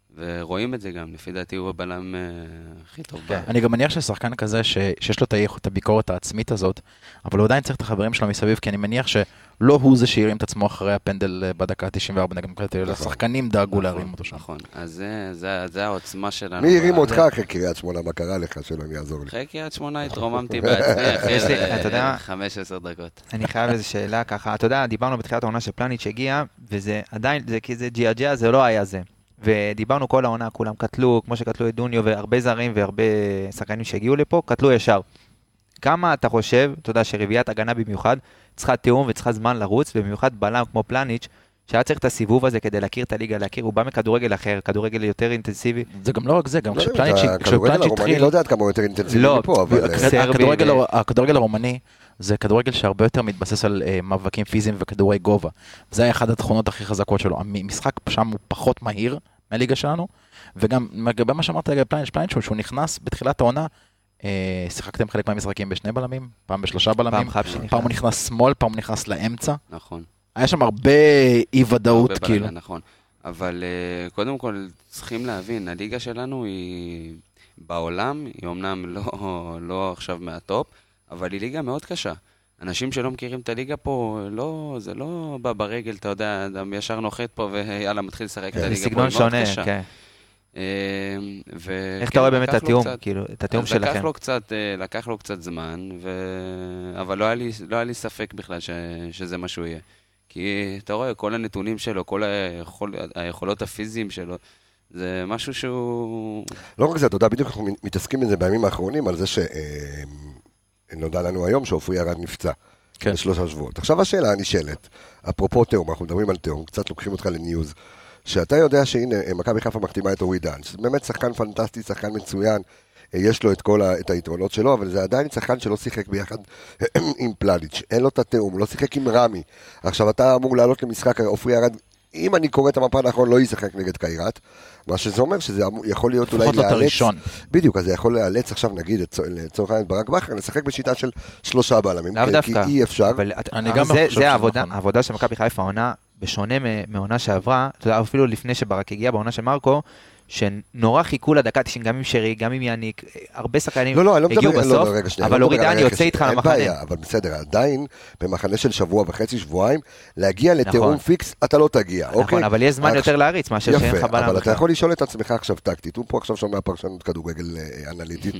ורואים את זה גם, לפי דעתי הוא הבלם הכי טוב. אני גם מניח ששחקן כזה שיש לו את הביקורת העצמית הזאת, אבל הוא עדיין צריך את החברים שלו מסביב, כי אני מניח שלא הוא זה שירים את עצמו אחרי הפנדל בדקה תשעים וארבע נגד מכבי תל אביב, השחקנים דאגו להרים אותו שם. נכון, אז זה העוצמה שלנו. מי הרים אותך אחרי קריית שמונה? מה קרה לך שלא הם יעזור לי? אחרי קריית שמונה התרוממתי בעצמי אחרי חמש עשר דקות. אני חייב איזו שאלה ככה, אתה יודע, דיברנו בתחילת העונה שפלניץ' הגיע, וזה עדיין, כי זה ג'יאג'יה, זה לא היה זה. ודיברנו כל העונה, כולם קטלו, כמו שקטלו את דוניו, והרבה זרים והרבה שחקנים שהגיעו לפה, קטלו ישר. כמה אתה חושב, אתה יודע, שרביעיית הגנה במיוחד, צריכה תיאום וצריכה זמן לרוץ, ובמיוחד בלם כמו פלניץ', שהיה צריך את הסיבוב הזה כדי להכיר את הליגה, להכיר, הוא בא מכדורגל אחר, כדורגל יותר אינטנסיבי. זה גם לא רק זה, גם כשפלניץ' התחיל... לא יודע כמה הוא יותר אינטנסיבי מפה, אבל... הכדורגל הרומני, זה כדורגל שהרבה יותר מתבסס על מאבקים פיזיים וכדורי גובה. זה היה אחד התכונות הכי חזקות שלו. המשחק שם הוא פחות מהיר מהליגה שלנו, וגם במה שאמרת לגבי פלניץ', פלניץ' שהוא נכנס בתחילת העונה, שיחקתם חלק מהמשחקים בשני בלמים, פעם בשלושה בלמים, פעם הוא נכנס שמאל, פעם הוא נכנס לאמצע. נכון. היה שם הרבה אי ודאות, כאילו. נכון. אבל קודם כל צריכים להבין, הליגה שלנו היא בעולם, היא אומנם לא, לא עכשיו מהטופ, אבל היא ליגה מאוד קשה. אנשים שלא מכירים את הליגה פה, לא, זה לא בא ברגל, אתה יודע, אדם ישר נוחת פה ויאללה, מתחיל לשחק את הליגה פה, היא מאוד קשה. כן. איך אתה רואה באמת את התיאום, כאילו, את התיאום שלכם? לקח לו קצת, לקח לו קצת זמן, אבל לא היה לי, לא היה לי ספק בכלל שזה מה שהוא יהיה. כי אתה רואה, כל הנתונים שלו, כל היכולות הפיזיים שלו, זה משהו שהוא... לא רק זה, אתה יודע, בדיוק אנחנו מתעסקים בזה בימים האחרונים, על זה ש... נודע לנו היום שעופרי ירד נפצע. כן. בשלושה שבועות. עכשיו השאלה הנשאלת, אפרופו תאום, אנחנו מדברים על תאום, קצת לוקחים אותך לניוז, שאתה יודע שהנה, מכבי חיפה מחתימה את אורי דן, שזה באמת שחקן פנטסטי, שחקן מצוין, יש לו את כל ה, את היתרונות שלו, אבל זה עדיין שחקן שלא שיחק ביחד עם פלניץ', אין לו את התאום, לא שיחק עם רמי. עכשיו אתה אמור לעלות למשחק, עופרי ירד, אם אני קורא את המפה האחרון, לא ישחק נגד קיירת, מה שזה אומר שזה יכול להיות אולי לאלץ, בדיוק, אז זה יכול לאלץ עכשיו נגיד לצורך העניין ברק בכר, לשחק בשיטה של שלושה בלמים, כי אי אפשר. זה העבודה של מכבי חיפה, העונה, בשונה מעונה שעברה, אפילו לפני שברק הגיע, בעונה של מרקו, שנורא חיכו לדקה תשעים, גם עם שרי, גם עם יניק, הרבה שחקנים הגיעו בסוף, אבל אורי דן יוצא איתך למחנה. אבל בסדר, עדיין במחנה של שבוע וחצי, שבועיים, להגיע לתיאום פיקס, אתה לא תגיע, אוקיי? נכון, אבל יש זמן יותר להריץ, מה שאין לך בלם. אבל אתה יכול לשאול את עצמך עכשיו טקטית, הוא פה עכשיו שומע פרשנות כדורגל אנליטית.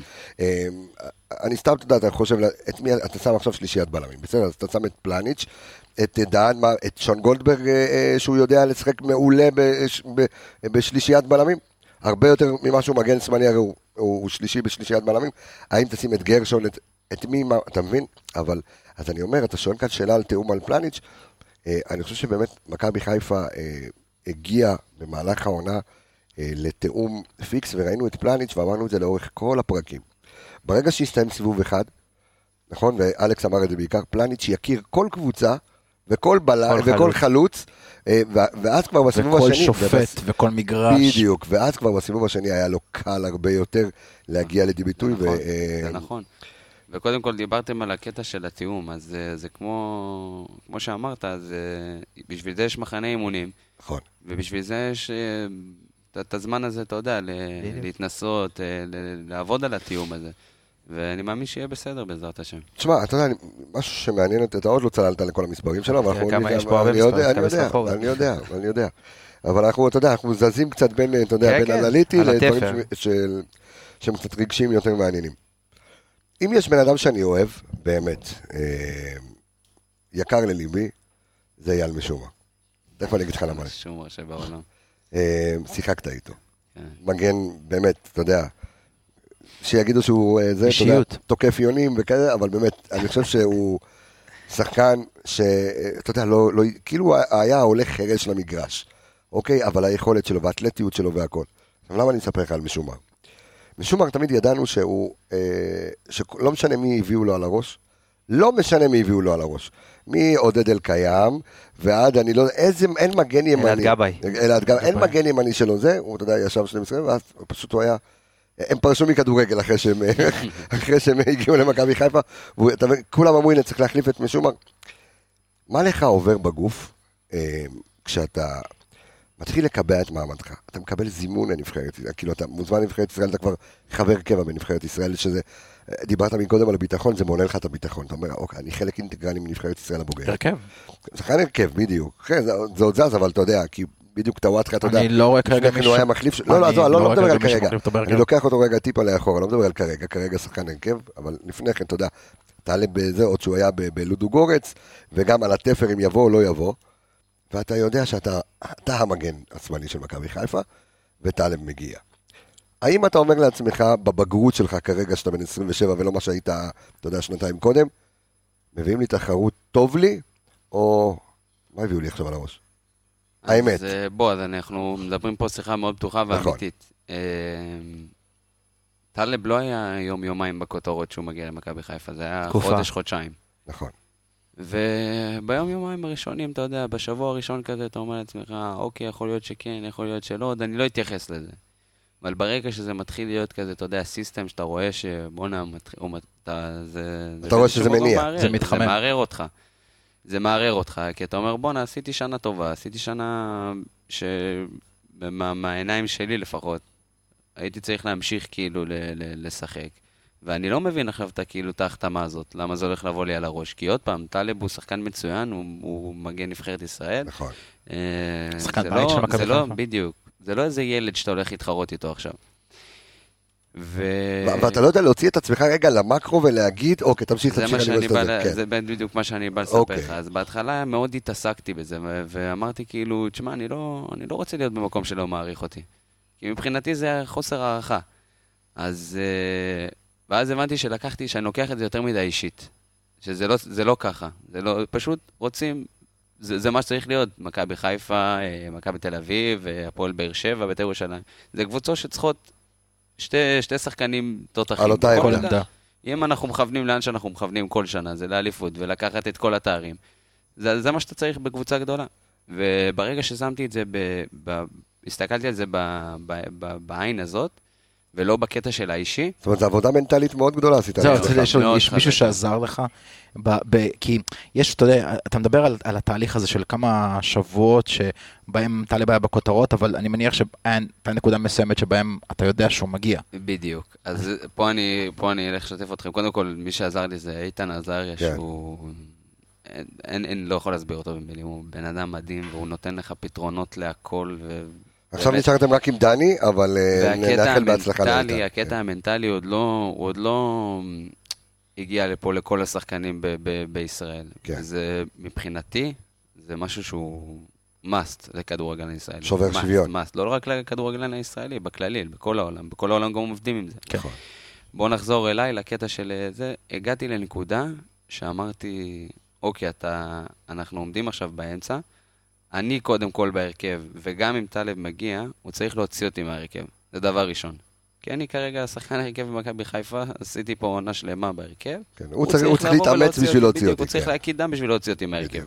אני סתם, אתה יודע, אתה חושב, את מי אתה שם עכשיו שלישיית בלמים, בסדר? אז אתה שם את פלניץ', את דן, את שון גולדברג, שהוא יודע לשחק מעולה בשלישיית בלמים, הרבה יותר ממה שהוא מגן שמאלי, הרי הוא, הוא שלישי בשלישיית בלמים, האם תשים את גרשון, את, את מי, מה, אתה מבין? אבל, אז אני אומר, אתה שואל כאן שאלה על תאום על פלניץ', אה, אני חושב שבאמת מכבי חיפה אה, הגיע במהלך העונה אה, לתאום פיקס, וראינו את פלניץ' ואמרנו את זה לאורך כל הפרקים. ברגע שהסתיים סיבוב אחד, נכון, ואלכס אמר את זה בעיקר, פלניץ' יכיר כל קבוצה, וכל בלם, וכל חלוץ, ואז כבר בסיבוב השני... וכל שופט, וכל מגרש. בדיוק, ואז כבר בסיבוב השני היה לו קל הרבה יותר להגיע לידי ביטוי. זה נכון. וקודם כל דיברתם על הקטע של התיאום, אז זה כמו שאמרת, בשביל זה יש מחנה אימונים. נכון. ובשביל זה יש את הזמן הזה, אתה יודע, להתנסות, לעבוד על התיאום הזה. ואני מאמין שיהיה בסדר בעזרת השם. תשמע, אתה יודע, משהו שמעניין, אתה עוד לא צללת לכל המספרים שלו, אבל אנחנו... כמה יש פה הרבה מספרים, אני יודע, אני יודע, אני יודע. אבל אנחנו, אתה יודע, אנחנו זזים קצת בין, אתה יודע, בין אנליטי לדברים שהם קצת רגשים יותר מעניינים. אם יש בן אדם שאני אוהב, באמת, יקר לליבי, זה אייל משומר. תכף אני אגיד לך למה. משומר שבעולם. שיחקת איתו. מגן, באמת, אתה יודע, שיגידו שהוא זה, אתה יודע, תוקף יונים וכזה, אבל באמת, אני חושב שהוא שחקן שאתה יודע, לא, לא, כאילו היה הולך חרש למגרש, אוקיי? אבל היכולת שלו והאתלטיות שלו והכל. אבל למה אני אספר לך על משומר? משומר תמיד ידענו שהוא, שלא משנה מי הביאו לו על הראש, לא משנה מי הביאו לו על הראש. מי עודד אל קיים, ועד אני לא יודע, איזה, אין מגן ימני. אלעד גבאי. אלעד גבאי, אין מגן ימני שלו זה, הוא, אתה יודע, ישב שני מסכים, ואז פשוט הוא היה, הם פרשו מכדורגל אחרי שהם, אחרי שהם הגיעו למכבי חיפה, וכולם אמרו, הנה, צריך להחליף את משומר. מה לך עובר בגוף, כשאתה מתחיל לקבע את מעמדך. אתה מקבל זימון לנבחרת, כאילו אתה מוזמן לנבחרת ישראל, אתה כבר חבר קבע בנבחרת ישראל, שזה, דיברת מקודם על הביטחון, זה מעולה לך את הביטחון. אתה אומר, אוקיי, אני חלק אינטגרלי מנבחרת ישראל הבוגרת. הרכב. שחקן הרכב, בדיוק. זה עוד זז, אבל אתה יודע, כי בדיוק טוואטחה, אתה יודע. אני לא רואה כרגע מישהו. לא, לא, לא, לא מדבר על כרגע. אני לוקח אותו רגע טיפה לאחורה, לא מדבר על כרגע, כרגע שחקן הרכב, אבל לפני כן, אתה יודע, תעלה בזה עוד שהוא היה בלודו גורץ, וגם על התפר אם יבוא או לא יבוא, ואתה יודע שאתה אתה המגן השמאלי של מכבי חיפה, וטלב מגיע. האם אתה אומר לעצמך, בבגרות שלך כרגע, שאתה בן עשרים ושבע ולא מה שהיית, אתה יודע, שנתיים קודם, מביאים לי תחרות טוב לי, או מה הביאו לי עכשיו על הראש? האמת. אז בוא, אז אנחנו מדברים פה שיחה מאוד פתוחה ואמיתית. טלב לא היה יום-יומיים בכותרות שהוא מגיע למכבי חיפה, זה היה חודש-חודשיים. נכון. וביום יומיים הראשונים, אתה יודע, בשבוע הראשון כזה, אתה אומר לעצמך, אוקיי, יכול להיות שכן, יכול להיות שלא, אני לא אתייחס לזה. אבל ברגע שזה מתחיל להיות כזה, אתה יודע, סיסטם שאתה רואה שבונה, אתה רואה שזה מניע, זה מתחמם. זה מערער אותך. זה מערער אותך, כי אתה אומר, בונה, עשיתי שנה טובה, עשיתי שנה שמהעיניים שלי לפחות, הייתי צריך להמשיך כאילו לשחק. ואני לא מבין עכשיו את כאילו את ההחתמה הזאת, למה זה הולך לבוא לי על הראש. כי עוד פעם, טלב הוא שחקן מצוין, הוא, הוא מגן נבחרת ישראל. נכון. שחקן בית של מכבי חיפה. בדיוק. זה לא איזה ילד שאתה הולך להתחרות איתו עכשיו. ו... ואתה לא יודע להוציא את עצמך רגע למקרו ולהגיד, אוקיי, תמשיך להמשיך לאוניברסיטה הזאת. זה בדיוק מה שאני בא לספר לך. אז בהתחלה מאוד התעסקתי בזה, ואמרתי כאילו, תשמע, אני לא, אני לא רוצה להיות במקום שלא מעריך אותי. כי מבחינתי זה חוסר הערכה. אז... ואז הבנתי שלקחתי, שאני לוקח את זה יותר מדי אישית. שזה לא, זה לא ככה. זה לא, פשוט רוצים, זה, זה מה שצריך להיות. מכבי חיפה, מכבי תל אביב, הפועל באר שבע, בית"ר ירושלים. זה קבוצות שצריכות שתי, שתי שחקנים תותחים. על אותה כל עמדה. אם אנחנו מכוונים לאן שאנחנו מכוונים כל שנה, זה לאליפות, ולקחת את כל התארים. זה, זה מה שאתה צריך בקבוצה גדולה. וברגע ששמתי את זה, ב, ב, הסתכלתי על זה ב, ב, ב, בעין הזאת, ולא בקטע של האישי. זאת אומרת, זו עבודה מנטלית מאוד גדולה עשית. זהו, יש מישהו שעזר לך, כי יש, אתה יודע, אתה מדבר על התהליך הזה של כמה שבועות שבהם טלב היה בכותרות, אבל אני מניח שהייתה נקודה מסוימת שבהם אתה יודע שהוא מגיע. בדיוק. אז פה אני אלך לשתף אתכם. קודם כל, מי שעזר לי זה איתן עזריה, שהוא... אין, לא יכול להסביר אותו במילים, הוא בן אדם מדהים, והוא נותן לך פתרונות להכל, ו... עכשיו נשארתם רק עם דני, אבל נאחל בהצלחה לאיתן. הקטע המנטלי עוד לא, עוד לא הגיע לפה לכל השחקנים ב- ב- בישראל. זה מבחינתי, זה משהו שהוא must לכדורגלן הישראלי. שובר שוויון. must, לא רק לכדורגלן הישראלי, בכללי, בכל העולם. בכל העולם גם עובדים עם זה. בואו נחזור אליי לקטע של זה. הגעתי לנקודה שאמרתי, אוקיי, אתה, אנחנו עומדים עכשיו באמצע, אני קודם כל בהרכב, וגם אם טלב מגיע, הוא צריך להוציא אותי מהרכב. זה דבר ראשון. כי אני כרגע שחקן הרכב במכבי חיפה, עשיתי פה עונה שלמה בהרכב. כן, הוא, הוא צריך, הוא צריך להתאמץ בשביל להוציא אותי. הוא צריך להקיד דם בשביל להוציא אותי מהרכב.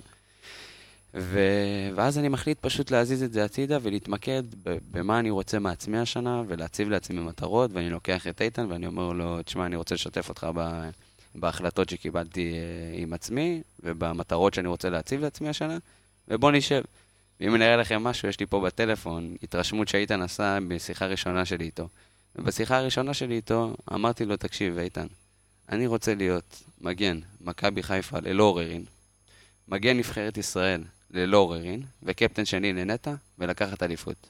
ו... ואז אני מחליט פשוט להזיז את זה הצידה ולהתמקד במה אני רוצה מעצמי השנה, ולהציב לעצמי מטרות, ואני לוקח את איתן ואני אומר לו, תשמע, אני רוצה לשתף אותך ב... בהחלטות שקיבלתי עם עצמי, ובמטרות שאני רוצה להציב לעצמי השנה. ובוא נשב. ואם אני אראה לכם משהו, יש לי פה בטלפון, התרשמות שאיתן עשה בשיחה ראשונה שלי איתו. ובשיחה הראשונה שלי איתו, אמרתי לו, תקשיב, איתן, אני רוצה להיות מגן מכבי חיפה ללא עוררין, מגן נבחרת ישראל ללא עוררין, וקפטן שני לנטה, ולקחת אליפות.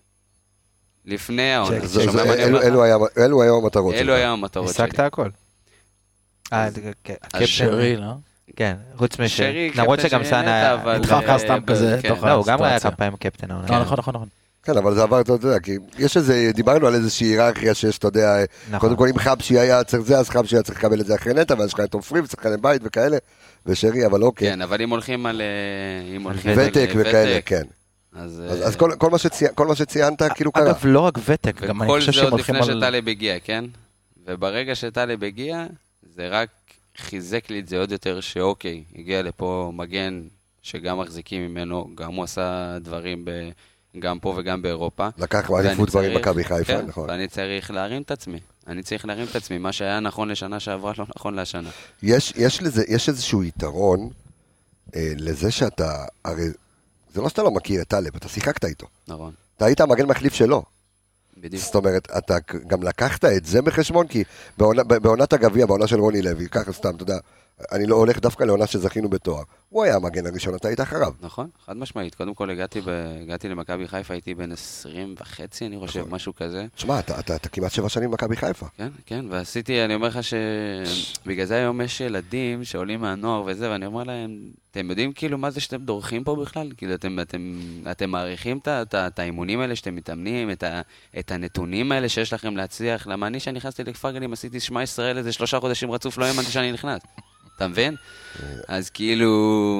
לפני העונה. אלו היו המטרות. אלו היו המטרות שלי. השגת הכל. שרי, לא? כן, חוץ משרי, למרות שגם סאנה נדחק סתם כזה, לא, הוא גם היה כמה פעמים קפטן. נכון, נכון, נכון. כן, אבל זה עבר, אתה יודע, כי יש איזה, דיברנו על איזושהי היררכיה שיש, אתה יודע, קודם כל אם חבשי היה צריך זה, אז חבשי היה צריך לקבל את זה אחרי נטע, ואז יש לך את עופרים, צריך לקבל בית וכאלה, ושרי, אבל אוקיי. כן, אבל אם הולכים על... ותק וכאלה, כן. אז כל מה שציינת, כאילו קרה. אגב, לא רק ותק, גם אני חושב שהם הולכים על... וכל זה עוד לפני שטלב הגיע, כן? וברגע שטלב הגיע, זה רק חיזק לי את זה עוד יותר שאוקיי, הגיע לפה מגן שגם מחזיקים ממנו, גם הוא עשה דברים ב... גם פה וגם באירופה. לקח אליפות דברים מכבי חיפה, כן, נכון. ואני צריך להרים את עצמי. אני צריך להרים את עצמי. מה שהיה נכון לשנה שעברה, לא נכון לשנה. יש, יש לזה, יש איזשהו יתרון אה, לזה שאתה, הרי זה לא שאתה לא מכיר את טלב, אתה שיחקת איתו. נכון. אתה היית המגן מחליף שלו. בדיוק. זאת אומרת, אתה גם לקחת את זה בחשבון, כי בעונה, בעונת הגביע, בעונה של רוני לוי, ככה סתם, אתה יודע, אני לא הולך דווקא לעונה שזכינו בתואר. הוא היה המגן הראשון, אתה היית אחריו. נכון, חד משמעית. קודם כל הגעתי, ב... הגעתי למכבי חיפה, הייתי בן עשרים וחצי, אני חושב, נכון. משהו כזה. תשמע, אתה, אתה, אתה כמעט שבע שנים במכבי חיפה. כן, כן, ועשיתי, אני אומר לך שבגלל זה היום יש ילדים שעולים מהנוער וזה, ואני אומר להם, אתם יודעים כאילו מה זה שאתם דורכים פה בכלל? כאילו אתם, אתם, אתם מעריכים את, את, את האימונים האלה שאתם מתאמנים, את, ה, את הנתונים האלה שיש לכם להצליח. למה אני שנכנסתי לכפר גלים, עשיתי שמע ישראל איזה שלושה חודשים רצוף, לא האמנתי שאני נכנס. אתה מבין? אז כאילו,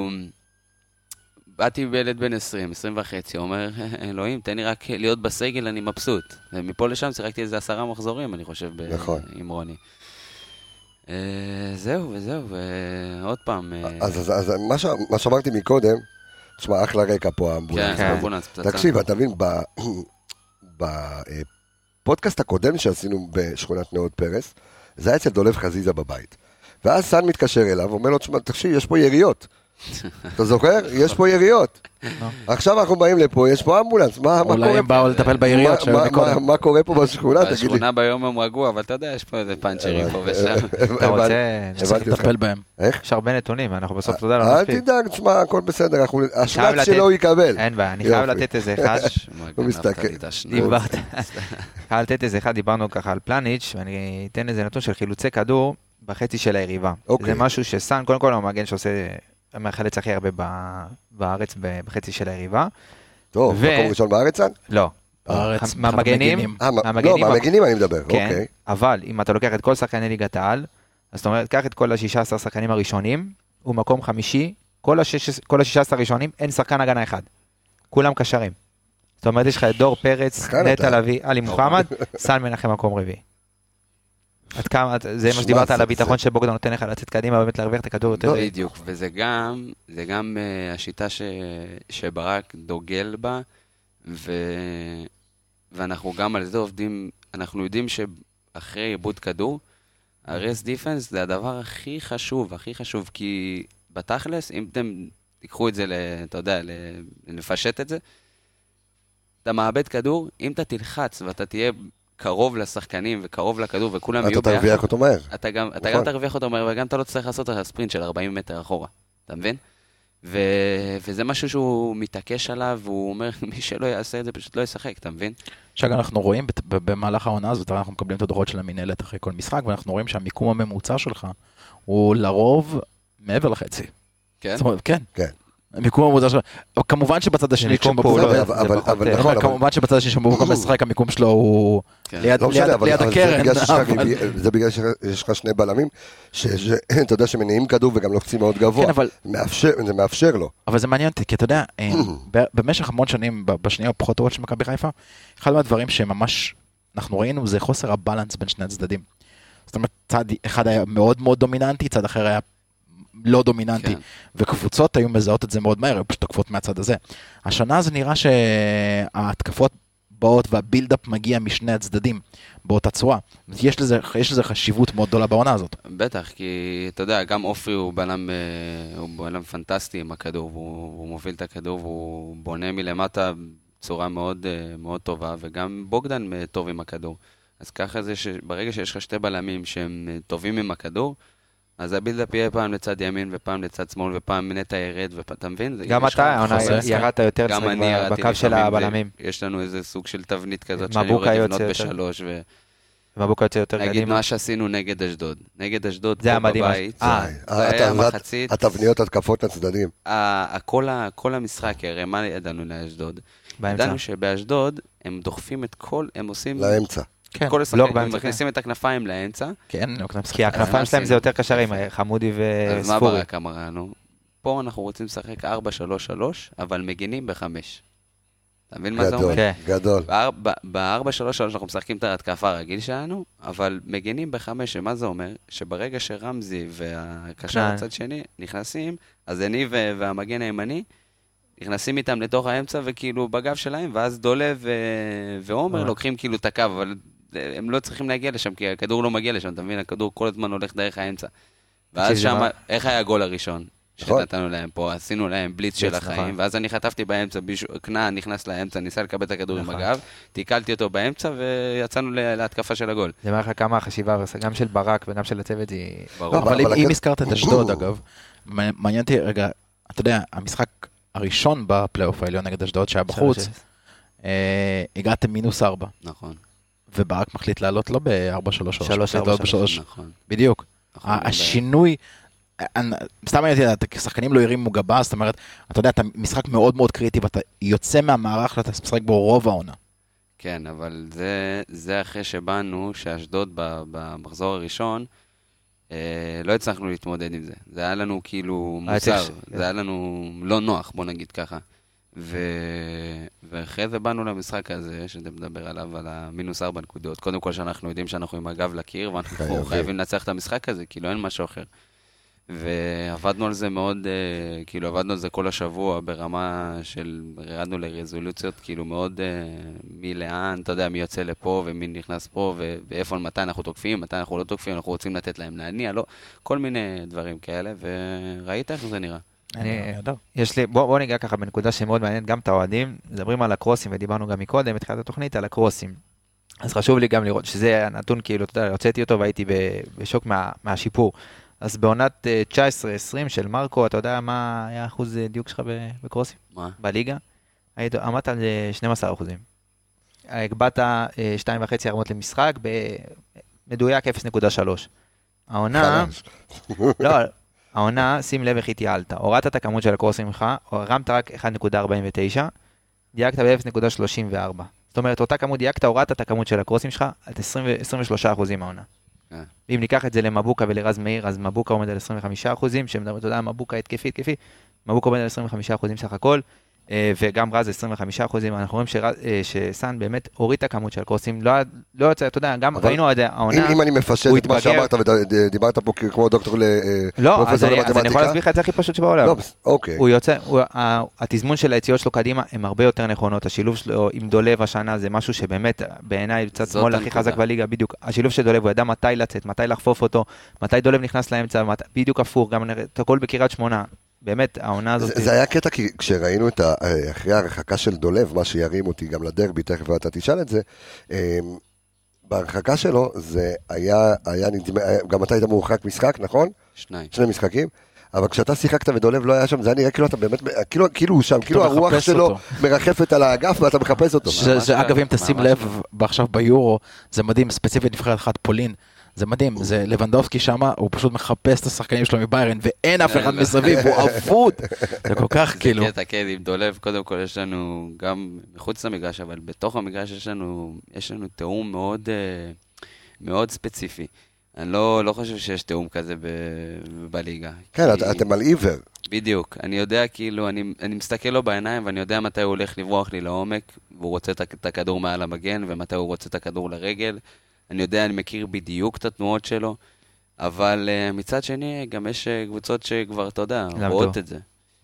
באתי בילד בן עשרים, עשרים וחצי, אומר, אלוהים, תן לי רק להיות בסגל, אני מבסוט. ומפה לשם שיחקתי איזה עשרה מחזורים, אני חושב, נכון. עם רוני. זהו וזהו, ועוד פעם... אז, אז, אז מה, ש, מה שאמרתי מקודם, תשמע, אחלה רקע פה האמבולנס. כן, האמבולנס, פצצה. תקשיב, אתה מבין, בפודקאסט הקודם שעשינו בשכונת נאות פרס, זה היה אצל דולב חזיזה בבית. ואז סן מתקשר אליו, ואומר לו, תשמע, תקשיב, יש פה יריות. אתה זוכר? יש פה יריות. עכשיו אנחנו באים לפה, יש פה אמבולנס. אולי הם באו לטפל ביריות שהיו מקודם. מה קורה פה בשכונה? תגיד לי. בשכונה ביום הם רגוע, אבל אתה יודע, יש פה איזה פאנצ'רים פה ושם. אתה רוצה... שצריך לטפל בהם. איך? יש הרבה נתונים, אנחנו בסוף תודה לא אל מספיק. תדאג, תשמע, הכל בסדר, השלט שלו הוא יקבל. אין בעיה, אני חייב לתת איזה אחד. הוא מסתכל. דיברת. חייב לתת איזה אחד, דיברנו ככה על פלניץ', ואני אתן איזה נתון של חילוצי כדור בחצי של היריבה. זה משהו שסן, קודם כל, הוא המגן שעושה מהחלץ הכי הרבה בארץ בחצי של היריבה. טוב, מקום ראשון בארץ, סן? לא. בארץ, מהמגנים. לא, מהמגנים אני מדבר, אוקיי. אבל אם אתה לוקח את כל שחקני ליגת העל, אז זאת אומרת, קח את כל ה-שישה עשר שחקנים הראשונים, הוא מקום חמישי, כל ה-שישה עשר הראשונים, אין שחקן הגנה אחד. כולם קשרים. זאת אומרת, יש לך את דור פרץ, נטע לביא, עלי מוחמד, סן מנחם מקום רביעי. עד כמה, זה מה שדיברת על הביטחון שבוגדן נותן לך לצאת קדימה, באמת להרוויח את הכדור יותר. בדיוק, וזה גם, זה גם השיטה שברק דוגל בה, ואנחנו גם על זה עובדים, אנחנו יודעים שאחרי עיבוד כדור, הרס דיפנס זה הדבר הכי חשוב, הכי חשוב, כי בתכלס, אם אתם תיקחו את זה, אתה יודע, לפשט את זה, אתה מאבד כדור, אם אתה תלחץ ואתה תהיה קרוב לשחקנים וקרוב לכדור וכולם יהיו ביחד, אתה תרוויח אותו מהר. אתה גם, אתה גם תרוויח אותו מהר, וגם אתה לא צריך לעשות את הספרינט של ארבעים מטר אחורה, אתה מבין? ו... וזה משהו שהוא מתעקש עליו, והוא אומר, מי שלא יעשה את זה פשוט לא ישחק, אתה מבין? שגם אנחנו רואים במהלך העונה הזאת, אנחנו מקבלים את הדוחות של המנהלת אחרי כל משחק, ואנחנו רואים שהמיקום הממוצע שלך הוא לרוב מעבר לחצי. כן? זאת אומרת, כן. כן. המיקום הממוצע שלו, כמובן שבצד השני, כמובן שבצד השני שמובו גם משחק, המיקום שלו הוא ליד הקרן. זה בגלל שיש לך שני בלמים, שאתה יודע שמניעים כדור וגם לוחצים מאוד גבוה, זה מאפשר לו. אבל זה מעניין אותי, כי אתה יודע, במשך המון שנים, בשניה הפחות טובות של מכבי חיפה, אחד מהדברים שממש אנחנו ראינו, זה חוסר הבלנס בין שני הצדדים. זאת אומרת, צד אחד היה מאוד מאוד דומיננטי, צד אחר היה לא דומיננטי, וקבוצות היו מזהות את זה מאוד מהר, היו פשוט תקפות מהצד הזה. השנה זה נראה שההתקפות באות והבילדאפ מגיע משני הצדדים באותה צורה. יש לזה, יש לזה חשיבות מאוד גדולה בעונה הזאת. בטח, כי אתה יודע, גם אופי הוא בלם, הוא בלם פנטסטי עם הכדור, הוא, הוא מוביל את הכדור, והוא בונה מלמטה בצורה מאוד, מאוד טובה, וגם בוגדן טוב עם הכדור. אז ככה זה שברגע שיש לך שתי בלמים שהם טובים עם הכדור, אז הבילדאפ יהיה פעם לצד ימין ופעם לצד שמאל ופעם נטע ירד, ואתה מבין? גם אתה, ירדת יותר בקו של הבלמים. יש לנו איזה סוג של תבנית כזאת שאני יורד לבנות בשלוש. מבוקה יוצא יותר קדימה. נגיד מה שעשינו נגד אשדוד. נגד אשדוד פה בבית. זה היה המחצית. התבניות התקפות לצדדים. כל המשחק, הרי מה ידענו לאשדוד? ידענו שבאשדוד הם דוחפים את כל, הם עושים... לאמצע. כל השחקנים, הם מכניסים את הכנפיים לאמצע. כן, כי הכנפיים שלהם זה יותר קשרים, חמודי וספורי. אז מה ברק אמרנו? פה אנחנו רוצים לשחק ארבע שלוש שלוש, אבל מגינים בחמש. אתה מבין מה זה אומר? גדול. ב-ארבע שלוש שלוש אנחנו משחקים את ההתקפה הרגיל שלנו, אבל מגינים בחמש, שמה זה אומר? שברגע שרמזי והקשר הצד שני נכנסים, אז אני והמגן הימני, נכנסים איתם לתוך האמצע וכאילו בגב שלהם, ואז דולב ועומר לוקחים כאילו את הקו, אבל הם לא צריכים להגיע לשם, כי הכדור לא מגיע לשם, אתה מבין? הכדור כל הזמן הולך דרך האמצע. ואז שם, איך היה הגול הראשון? שנתנו להם פה, עשינו להם בליץ של בליץ, החיים, נכון. ואז אני חטפתי באמצע, כנען נכנס לאמצע, ניסה לקבל את הכדור עם נכון. הגב, תיקלתי אותו באמצע ויצאנו ל- להתקפה של הגול. זה אומר לך כמה החשיבה, גם של ברק וגם של הצוות, היא... ברור. אבל- אבל אם- אבל אם הקטע- הזכרת את אשדוד, אגב, מ- מעניין אותי, רגע, אתה יודע, המשחק הראשון בפלייאוף העליון נגד אשדוד שהיה בחוץ, שלוש אפס. אה, הגעתם מינוס ארבע, נכון. וברק מחליט לעלות לא ב-ארבע שלוש שלוש, שלוש, מחליט ארבע, לעלות שלוש. בשלוש. נכון. בדיוק. נכון. השינוי, אני- סתם מעניין אותי, השחקנים לא הרימו גבה, זאת אומרת, אתה יודע, אתה משחק מאוד מאוד קריטי, ואתה יוצא מהמערך ואתה משחק בו רוב העונה. כן, אבל זה, זה אחרי שבאנו, שאשדוד ב- במחזור הראשון, אה, לא הצלחנו להתמודד עם זה. זה היה לנו כאילו היה מוסר, צריך- זה היה לנו לא נוח, בוא נגיד ככה. ו... ואחרי זה באנו למשחק הזה, שאתה מדבר עליו, על המינוס ארבע נקודות. קודם כל שאנחנו יודעים שאנחנו עם הגב לקיר, ואנחנו חייבים. חייבים לנצח את המשחק הזה, כאילו אין משהו אחר. ועבדנו על זה מאוד, אה, כאילו עבדנו על זה כל השבוע ברמה של, ירדנו לרזולוציות כאילו מאוד אה, מי לאן, אתה יודע, מי יוצא לפה ומי נכנס פה ו- ואיפה, מתי אנחנו תוקפים, מתי אנחנו לא תוקפים, אנחנו רוצים לתת להם להניע, לא, כל מיני דברים כאלה, וראית איך זה נראה. אני, נהדר. יש לי, בוא, בוא ניגע ככה בנקודה שמאוד מעניינת גם את האוהדים, מדברים על הקרוסים ודיברנו גם מקודם, בתחילת התוכנית על הקרוסים. אז חשוב לי גם לראות שזה הנתון, כאילו, אתה יודע, הוצאתי אותו והייתי ב- בשוק מה, מהשיפור. אז בעונת אה, תשע עשרה עשרים של מרקו, אתה יודע מה היה אחוז אה, דיוק שלך ב- בקרוסים? מה? בליגה? היית, עמדת על אה, שנים עשר אחוזים. הגבעת אה, שתיים וחצי הרמות למשחק, במדויק אפס נקודה שלוש. העונה, חלש. לא, העונה, שים לב איך התייעלת. הורדת את הכמות של הקורסים שלך, הרמת רק אחת נקודה ארבעים ותשע, דייקת ב-אפס נקודה שלושים וארבע. זאת אומרת, אותה כמות דייקת, הורדת את הכמות של הקורסים שלך, עד עשרים ושלושה אחוזים מהעונה. כן. אם ניקח את זה למבוקה ולרז מאיר, אז מבוקה עומד על עשרים וחמישה אחוזים, שמדבר, אתה יודע, מבוקה התקפי, התקפי, מבוקה עומד על עשרים וחמישה אחוזים סך הכל, אה, וגם רז עשרים וחמישה אחוזים, אנחנו רואים שרז- אה, שסן באמת הוריד את הכמות של הקורסים, לא היה- לא יוצא, אתה יודע, גם אבל ראינו את אם, העונה, אם אני מפשט הוא את מה התבגר. שאמרת, ודיברת פה כמו דוקטור ל... לא, פרופסור אז אני אז אני יכול למתמטיקה. להסביר לך את זה הכי פשוט שבעולם. לא, בס- אוקיי. הוא יוצא, הוא, ה- התזמון של היציאות שלו קדימה הם הרבה יותר נכונות, השילוב שלו עם דולב השנה זה משהו שבאמת בעיניי צד זאת שמאל הכי הנקודה. חזק בליגה, בדיוק, השילוב של דולב הוא ידע מתי לצאת, מתי לחפוף אותו, מתי דולב נכנס לאמצע, מת, בדיוק הפוך, גם נראה את הכל בקריית שמונה, באמת העונה הזאת, זה, זה היה קטע כי כשראינו את ה... אחרי ההרחקה של דולב, מה שירים אותי גם לדרבי, תכף ואתה תשאל את זה, אמ, בהרחקה שלו זה היה, היה נדמה, גם אתה היית מורחק משחק, נכון? שניים. שני משחקים, אבל כשאתה שיחקת ודולב לא היה שם, זה היה נראה כאילו אתה באמת, כאילו, כאילו הוא שם, כאילו הרוח מחפש שלו אותו. מרחפת על האגף ואתה מחפש אותו. ש- ממש שאגב, אם ככה, תשים ממש לב, עכשיו ביורו, זה מדהים, ספציפית נבחרת אחת פולין, זה מדהים, זה לבנדובסקי שמה, הוא פשוט מחפש את השחקנים שלו מביירן, ואין אף אחד מסביב, הוא אבוד. זה כל כך כאילו. קטע, כן, עם דולב, קודם כל יש לנו, גם מחוץ למגרש, אבל בתוך המגרש יש לנו, יש לנו תאום מאוד, אה, מאוד ספציפי. אני לא, לא חושב שיש תאום כזה ב, בליגה. כן, כי- את- אתם על עיוור. בדיוק. אני יודע, כאילו, אני, אני מסתכל לו בעיניים, ואני יודע מתי הוא הולך לברוח לי לעומק, והוא רוצה את ה- את הכדור מעל המגן, ומתי הוא רוצה את הכדור לרגל. אני יודע, אני מכיר בדיוק את התנועות שלו, אבל uh, מצד שני, גם יש uh, קבוצות שכבר, אתה יודע, למדו. רואות את זה.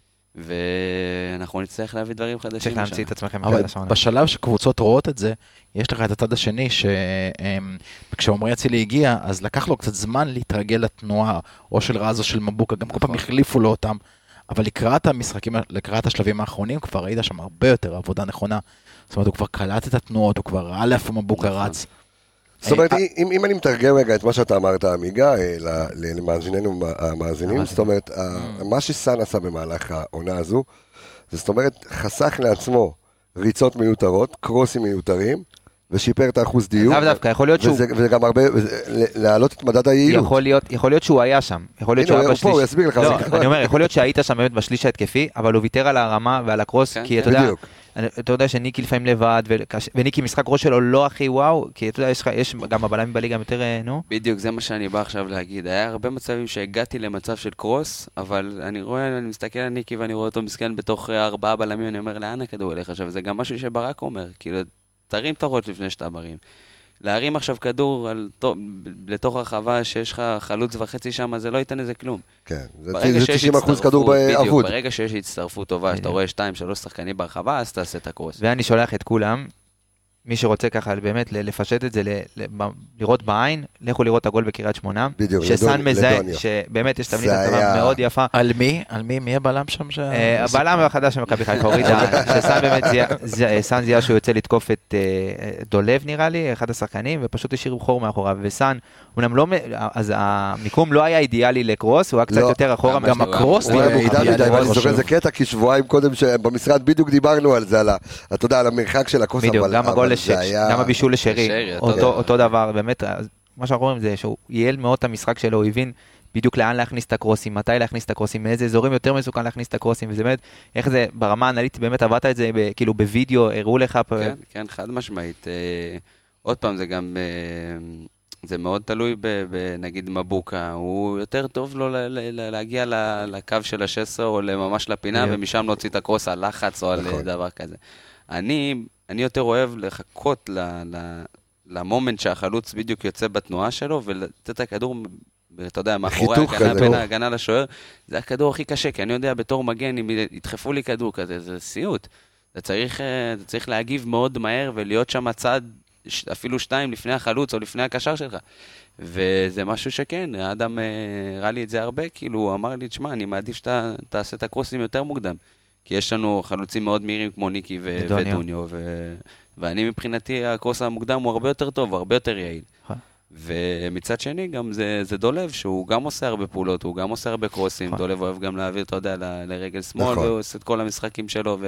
ואנחנו נצטרך להביא דברים חדשים. צריך להמציא את לשם. עצמכם אבל מחדש העונה. בשלב שקבוצות רואות את זה, יש לך את הצד השני, שכשעומרי אצילי הגיע, אז לקח לו קצת זמן להתרגל לתנועה, או של רז או של מבוקה, גם כל פעם החליפו לו אותם, אבל לקראת המשחקים, לקראת השלבים האחרונים, כבר ראית שם הרבה יותר עבודה נכונה. זאת אומרת, הוא כבר קלט את התנועות, הוא כבר ראה לאיפה מבוקה נכון. רץ. זאת אומרת, אה, אם, אם אני מתרגם רגע את מה שאתה אמרת, עמיגה, אה, ל- ל- למאזיננו המאזינים, זאת אומרת, ה- מה שסן עשה במהלך העונה הזו, זה זאת אומרת, חסך לעצמו ריצות מיותרות, קרוסים מיותרים, ושיפר את האחוז דיוק. לאו דווקא, יכול להיות שהוא, וזה, וזה גם הרבה, וזה, ל- להעלות את מדד היעילות. יכול להיות, יכול להיות שהוא היה שם, יכול להיות הנה, שהוא היה הוא פה, בשליש, הוא יסביר לך. לא, זה- אני אומר, יכול להיות שהיית שם באמת בשליש ההתקפי, אבל הוא ויתר על הרמה ועל הקרוס, כן, כי כן. אתה יודע, בדיוק. אני- אתה יודע שניקי לפעמים לבד, וקש- וניקי משחק ראש שלו לא הכי וואו, כי אתה יודע, יש לך- יש גם הבלמים בליגה יותר, אה, נו, בדיוק, זה מה שאני בא עכשיו להגיד. היה הרבה מצבים שהגעתי למצב של קרוס, אבל אני רואה, אני מסתכל על ניקי ואני רואה אותו מסכן בתוך אה, ארבעה בלמים, אני אומר, לאן הכדור הולך עכשיו? זה גם משהו שברק אומר, כאילו, תרים את הראש לפני שאתה מרים. להרים עכשיו כדור על, לתוך הרחבה שיש לך חלוץ וחצי שם, זה לא ייתן לזה כלום. כן, זה ברגע זה שיש תשעים אחוז הצטרפות, כדור בדיוק, באבוד. ברגע שיש הצטרפות טובה, שאתה בדיוק. רואה שתיים, שלוש שחקנים ברחבה, אז תעשה את הקרוס. ואני שולח את כולם, מי שרוצה ככה באמת לפשט את זה, לראות בעין, לכו לראות את הגול בקריית שמונה. בדיוק, שסן מזהה, שבאמת יש תבנית הטבה מאוד יפה. על מי? על מי? מי הבלם שם? הבלם החדש של מכבי חיפה הורידה, שסן באמת סן זיהה שהוא יוצא לתקוף את דולב נראה לי, אחד השחקנים, ופשוט השאירו חור מאחוריו, וסן, אומנם לא, אז המיקום לא היה אידיאלי לקרוס, הוא היה קצת יותר אחורה. גם הקרוס, אני זוכר איזה קטע, כי שבועיים קודם שבמשרד בדיוק דיברנו על זה, אתה יודע, על המרחק של הקרוס, גם הבישול לשרי, אותו דבר, באמת, מה שאנחנו רואים זה שהוא ייעל מאוד את המשחק שלו, הוא הבין בדיוק לאן להכניס את הקרוסים, מתי להכניס את הקרוסים, מאיזה אזורים יותר מסוכן להכניס את הקרוסים, וזה באמת, איך זה, ברמה האנליטית, באמת עבדת את זה, כאילו בווידאו, הראו לך. כן, כן, חד משמעית. עוד פעם, זה גם, זה מאוד תלוי בנגיד מבוקה, הוא יותר טוב לו להגיע לקו של ה-שש עשרה, או ממש לפינה, ומשם להוציא את הקרוס על לחץ, או על דבר כזה. אני... אני יותר אוהב לחכות למומנט שהחלוץ בדיוק יוצא בתנועה שלו, ולתת את הכדור, אתה יודע, מאחורי ההגנה, בין ההגנה לשוער, זה הכדור הכי קשה, כי אני יודע, בתור מגן, אם ידחפו לי כדור כזה, זה סיוט. אתה צריך, אתה צריך להגיב מאוד מהר, ולהיות שם צד, אפילו שתיים, לפני החלוץ, או לפני הקשר שלך. וזה משהו שכן, האדם ראה לי את זה הרבה, כאילו, הוא אמר לי, תשמע, אני מעדיף שאתה תעשה את הקרוסים יותר מוקדם. כי יש לנו חלוצים מאוד מהירים כמו ניקי ו- ודוניו, ו- ואני מבחינתי הקרוס המוקדם הוא הרבה יותר טוב, הרבה יותר יעיל. ומצד שני גם זה, זה דולב, שהוא גם עושה הרבה פעולות, הוא גם עושה הרבה קרוסים, דולב אוהב גם להעביר, אתה יודע, ל- לרגל שמאל, והוא עושה את כל המשחקים שלו,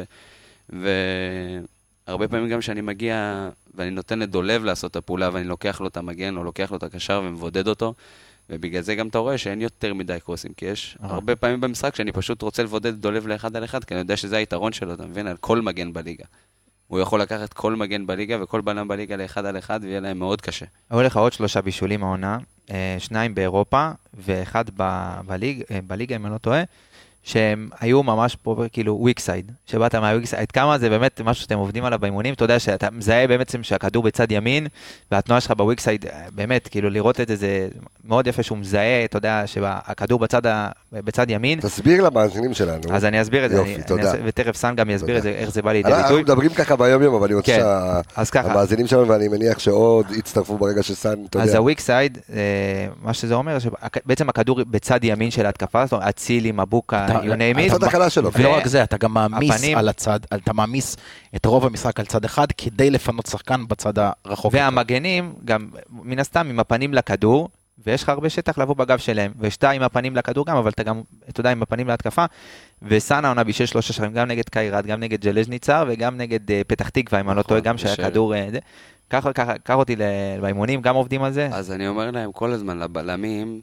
והרבה פעמים גם שאני מגיע, ואני נותן לדולב לעשות את הפעולה, ואני לוקח לו את המגן, או לוקח לו את הקשר ומבודד אותו, ובגלל זה גם אתה רואה שאין יותר מדי קרוסים, כי יש הרבה פעמים במשחק שאני פשוט רוצה לבודד דולב לאחד על אחד, כי אני יודע שזה היתרון שלו, אתה מבין? על כל מגן בליגה. הוא יכול לקחת כל מגן בליגה וכל בלם בליגה לאחד על אחד, ויהיה להם מאוד קשה. היו לך עוד שלושה בישולים העונה, שניים באירופה, ואחד בליגה, אם אני לא טועה, שהם היו ממש פה כאילו וויקסייד, שבאת מהוויקסייד, כמה זה באמת משהו שאתם עובדים עליו באימונים, אתה יודע שאתה מזהה באמת שהכדור בצד ימין, והתנועה שלך בוויקסייד, באמת, כאילו לראות את זה, זה מאוד יפה שהוא מזהה, אתה יודע שהכדור בצד, בצד ימין. תסביר למאזינים שלנו. אז אני אסביר את זה, יופי, תודה. ותכף סן גם יסביר את זה, איך זה בא לידי ביטוי. אנחנו מדברים ככה ביום יום, אבל אני רוצה שהמאזינים שלנו, ואני מניח שעוד יצטרפו ברגע שסן, אתה יודע. אז הוויקסייד, מה שזה אומר, שבעצם הכדור בצד ימין של ההתקפה, זאת אומרת, אצילי, מבוקה, הצד החלה שלו. ולא רק זה, אתה גם מעמיס על הצד, אתה מעמיס את רוב המשחק על צד אחד, כדי לפנות שחקן בצד הרחוק. והמגנים, גם מן הסתם, עם הפנים לכדור, ויש לך הרבה שטח לבוא בגב שלהם, ושתה עם הפנים לכדור גם, אבל אתה גם, אתה יודע, עם הפנים להתקפה, וסאנה עונה בישל שלושה שרים, גם נגד קיירת, גם נגד ג'לז'ניצר, וגם נגד פתח תקווה, אם אני לא טועה, גם שהכדור, קח אותי באימונים, גם עובדים על זה. אז אני אומר להם כל הזמן, לבלמים,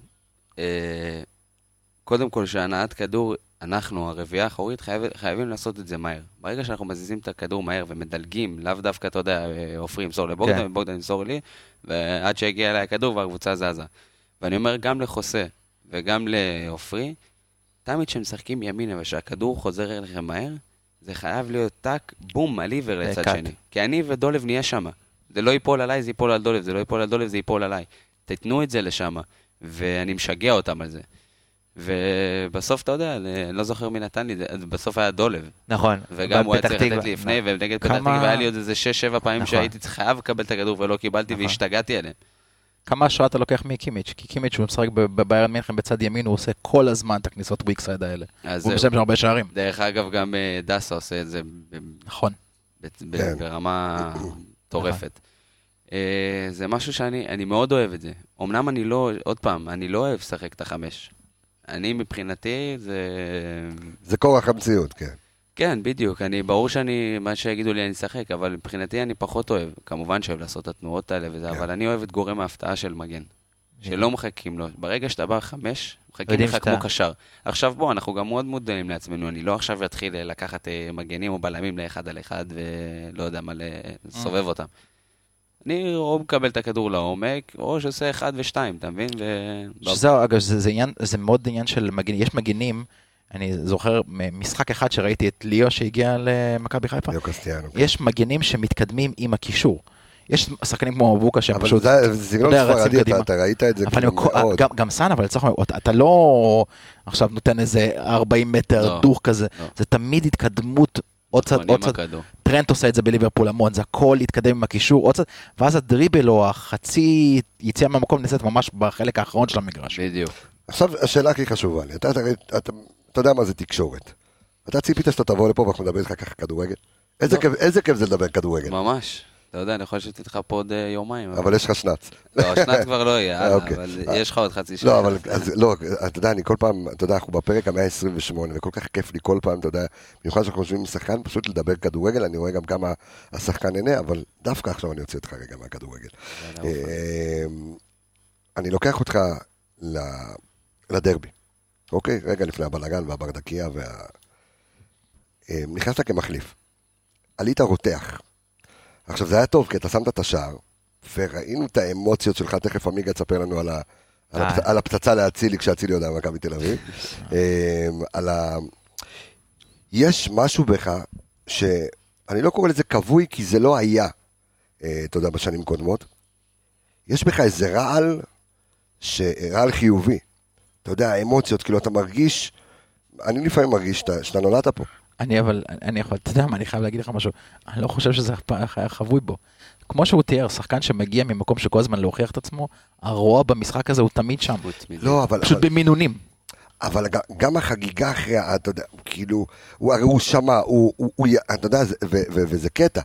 קודם כל שהנעת כדור, אנחנו, הרביעה האחורית, חייב, חייבים לעשות את זה מהר. ברגע שאנחנו מזיזים את הכדור מהר ומדלגים, לאו דווקא, אתה יודע, עופרים, סור לבוגדן, כן. בוגדן, סור לי, ועד שהגיע אליי הכדור והקבוצה זזה. ואני אומר גם לחוסה וגם לעופרי, תמיד שמשחקים ימינה ושהכדור חוזר אליכם מהר, זה חייב להיות טק, בום, עליבר לצד קט. שני. כי אני ודולב נהיה שמה. זה לא ייפול עליי, זה ייפול על דולב, זה לא ייפול על דולב, זה ייפול עליי. תתנו את זה לשמה, ואני משגע אותם על זה. ובסוף אתה יודע, אני לא זוכר מי נתן לי, בסוף היה דולב. נכון. וגם הוא היה צריך לתת לי לפני, ונגד פתח תקווה היה לי עוד איזה שש שבע פעמים שהייתי חייב לקבל את הכדור ולא קיבלתי והשתגעתי עליהם. כמה השראה אתה לוקח מקימיץ'? כי קימיץ' הוא משחק בביירן מינכן בצד ימין, הוא עושה כל הזמן את הכניסות וויקסייד האלה. הוא משחק שם הרבה שערים. דרך אגב, גם דסה עושה את זה. נכון. ברמה טורפת. זה משהו שאני מאוד אוהב את זה. אמנם אני לא, עוד פעם, אני לא אוהב לשחק את החמש. אני מבחינתי, זה... זה כורח המציאות, כן. כן, בדיוק. אני, ברור שאני, מה שיגידו לי, אני אשחק, אבל מבחינתי אני פחות אוהב. כמובן שאוהב לעשות את התנועות האלה וזה, אבל אני אוהב את גורם ההפתעה של מגן. שלא מחכים לו. ברגע שאתה בא חמש, מחכים לך כמו קשר. עכשיו בוא, אנחנו גם מאוד מודעים לעצמנו. אני לא עכשיו אתחיל לקחת מגנים או בלמים לאחד על אחד, ולא יודע מה, לסובב אותם. אני או מקבל את הכדור לעומק, או שעושה אחד ושתיים, אתה מבין? שזהו, אגב, זה, עניין, זה מאוד עניין של מגנים. יש מגנים, אני זוכר משחק אחד שראיתי את ליאו שהגיע למכבי חיפה. ליאו קסטיאנו. יש מגנים שמתקדמים עם הקישור. יש שחקנים כמו מבוקה שהם פשוט... אבל זה סגנון ספרדי, אתה ראית את זה מאוד. גם סאן, אבל אתה לא עכשיו נותן איזה ארבעים מטר דוך כזה. זה תמיד התקדמות עוד צד, עוד צד, טרנט עושה את זה בליברפול המון, זה הכל להתקדם עם הקישור, עוד צד, ואז הדריבל או החצי יציאה מהמקום נעשית ממש בחלק האחרון של המגרש. בדיוק. עכשיו, השאלה הכי חשובה לי, אתה, אתה, אתה, אתה יודע מה זה תקשורת. אתה ציפית שאתה תבוא לפה ואנחנו נדבר איתך ככה כדורגל? איזה כיף, איזה כיף זה לדבר כדורגל? ממש. אתה יודע, אני יכול לשבת איתך פה עוד יומיים. אבל יש לך שנץ. לא, שנץ כבר לא יהיה, אבל יש לך עוד חצי שנה. לא, אבל, לא, אתה יודע, אני כל פעם, אתה יודע, אנחנו בפרק ה-מאה עשרים ושמונה, וכל כך כיף לי כל פעם, אתה יודע, במיוחד שאנחנו חושבים עם שחקן, פשוט לדבר כדורגל, אני רואה גם כמה השחקן נהנה, אבל דווקא עכשיו אני יוצא אותך רגע מהכדורגל. אני לוקח אותך לדרבי, אוקיי? רגע לפני הבלגן והברדקיה, נכנסת כמחליף. עלית רותח. עכשיו, זה היה טוב, כי אתה שמת את השער, וראינו את האמוציות שלך, תכף עמיגה תספר לנו על, ה, על, הפצ... על הפצצה להצילי, כשהצילי יודע מכבי תל אביב. על ה... יש משהו בך, שאני לא קורא לזה קבוי, כי זה לא היה, אתה יודע, בשנים קודמות. יש בך איזה רעל, ש... רעל חיובי. אתה יודע, האמוציות, כאילו אתה מרגיש, אני לפעמים מרגיש שאתה, שאתה נולדת פה. אני אבל, אני יכול, אתה יודע מה, אני חייב להגיד לך משהו, אני לא חושב שזה היה חבוי בו. כמו שהוא תיאר, שחקן שמגיע ממקום שכל הזמן להוכיח את עצמו, הרוע במשחק הזה הוא תמיד שם. לא, אבל... פשוט אבל... במינונים. אבל גם החגיגה אחרי, אתה יודע, כאילו, הוא הרי הוא שמע, הוא, הוא, הוא, אתה יודע, ו, ו, וזה קטע.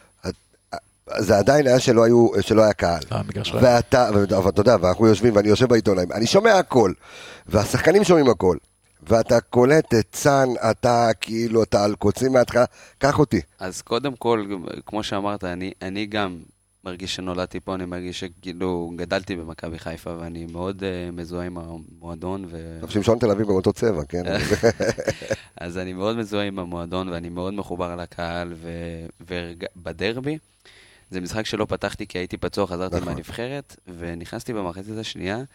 זה עדיין היה שלא היו, שלא היה קהל. ואתה, ואתה יודע, ואנחנו יושבים, ואני יושב בעיתונאים, אני שומע הכל, והשחקנים שומעים הכל. ואתה קולט את צאן, אתה כאילו, אתה על קוצים מהתחלה, קח אותי. אז קודם כל, כמו שאמרת, אני, אני גם מרגיש שנולדתי פה, אני מרגיש שכאילו גדלתי במכבי חיפה, ואני מאוד uh, מזוהה עם המועדון. ו... שמשון תל אביב באותו צבע, כן? אז אני מאוד מזוהה עם המועדון, ואני מאוד מחובר לקהל, ו... ובדרבי, זה משחק שלא פתחתי, כי הייתי פצוע, חזרתי נכון. מהנבחרת, ונכנסתי במחצית השנייה,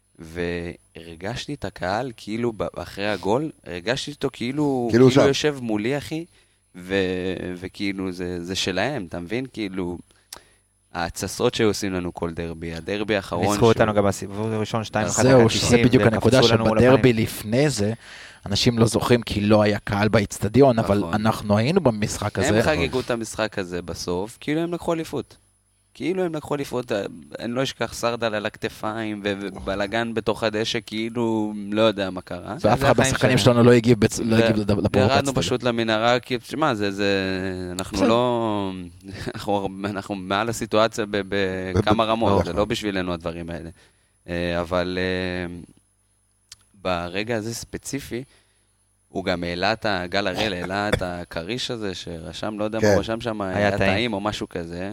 והרגשתי את הקהל כאילו אחרי הגול, הרגשתי אותו כאילו, כאילו, כאילו יושב מולי אחי, ו, וכאילו זה, זה שלהם, אתה מבין? כאילו, ההצסות שעושים לנו כל דרבי, הדרבי האחרון... ניסחו אותנו גם בסיבוב הראשון, שתיים אחת זהו, שזה בדיוק הנקודה שבדרבי לפני זה, אנשים לא זוכרים כי לא היה קהל באצטדיון, אבל אנחנו היינו במשחק הזה. הם חגגו את המשחק הזה בסוף, כאילו הם לקחו אליפות. כאילו הם לקחו לפחות, אני לא אשכח סרדל על הכתפיים ובלגן בתוך הדשא, כאילו לא יודע מה קרה. ואף אחד בשחקנים שלנו לא הגיב לפרופץ. ירדנו פשוט למנהרה, כי שמה, אנחנו לא, אנחנו מעל הסיטואציה בכמה רמות, זה לא בשבילנו הדברים האלה. אבל ברגע הזה ספציפי, הוא גם העלה את הגל הראל, העלה את הקריש הזה, שרשם, לא יודע מה רשם שם, היה טעים או משהו כזה,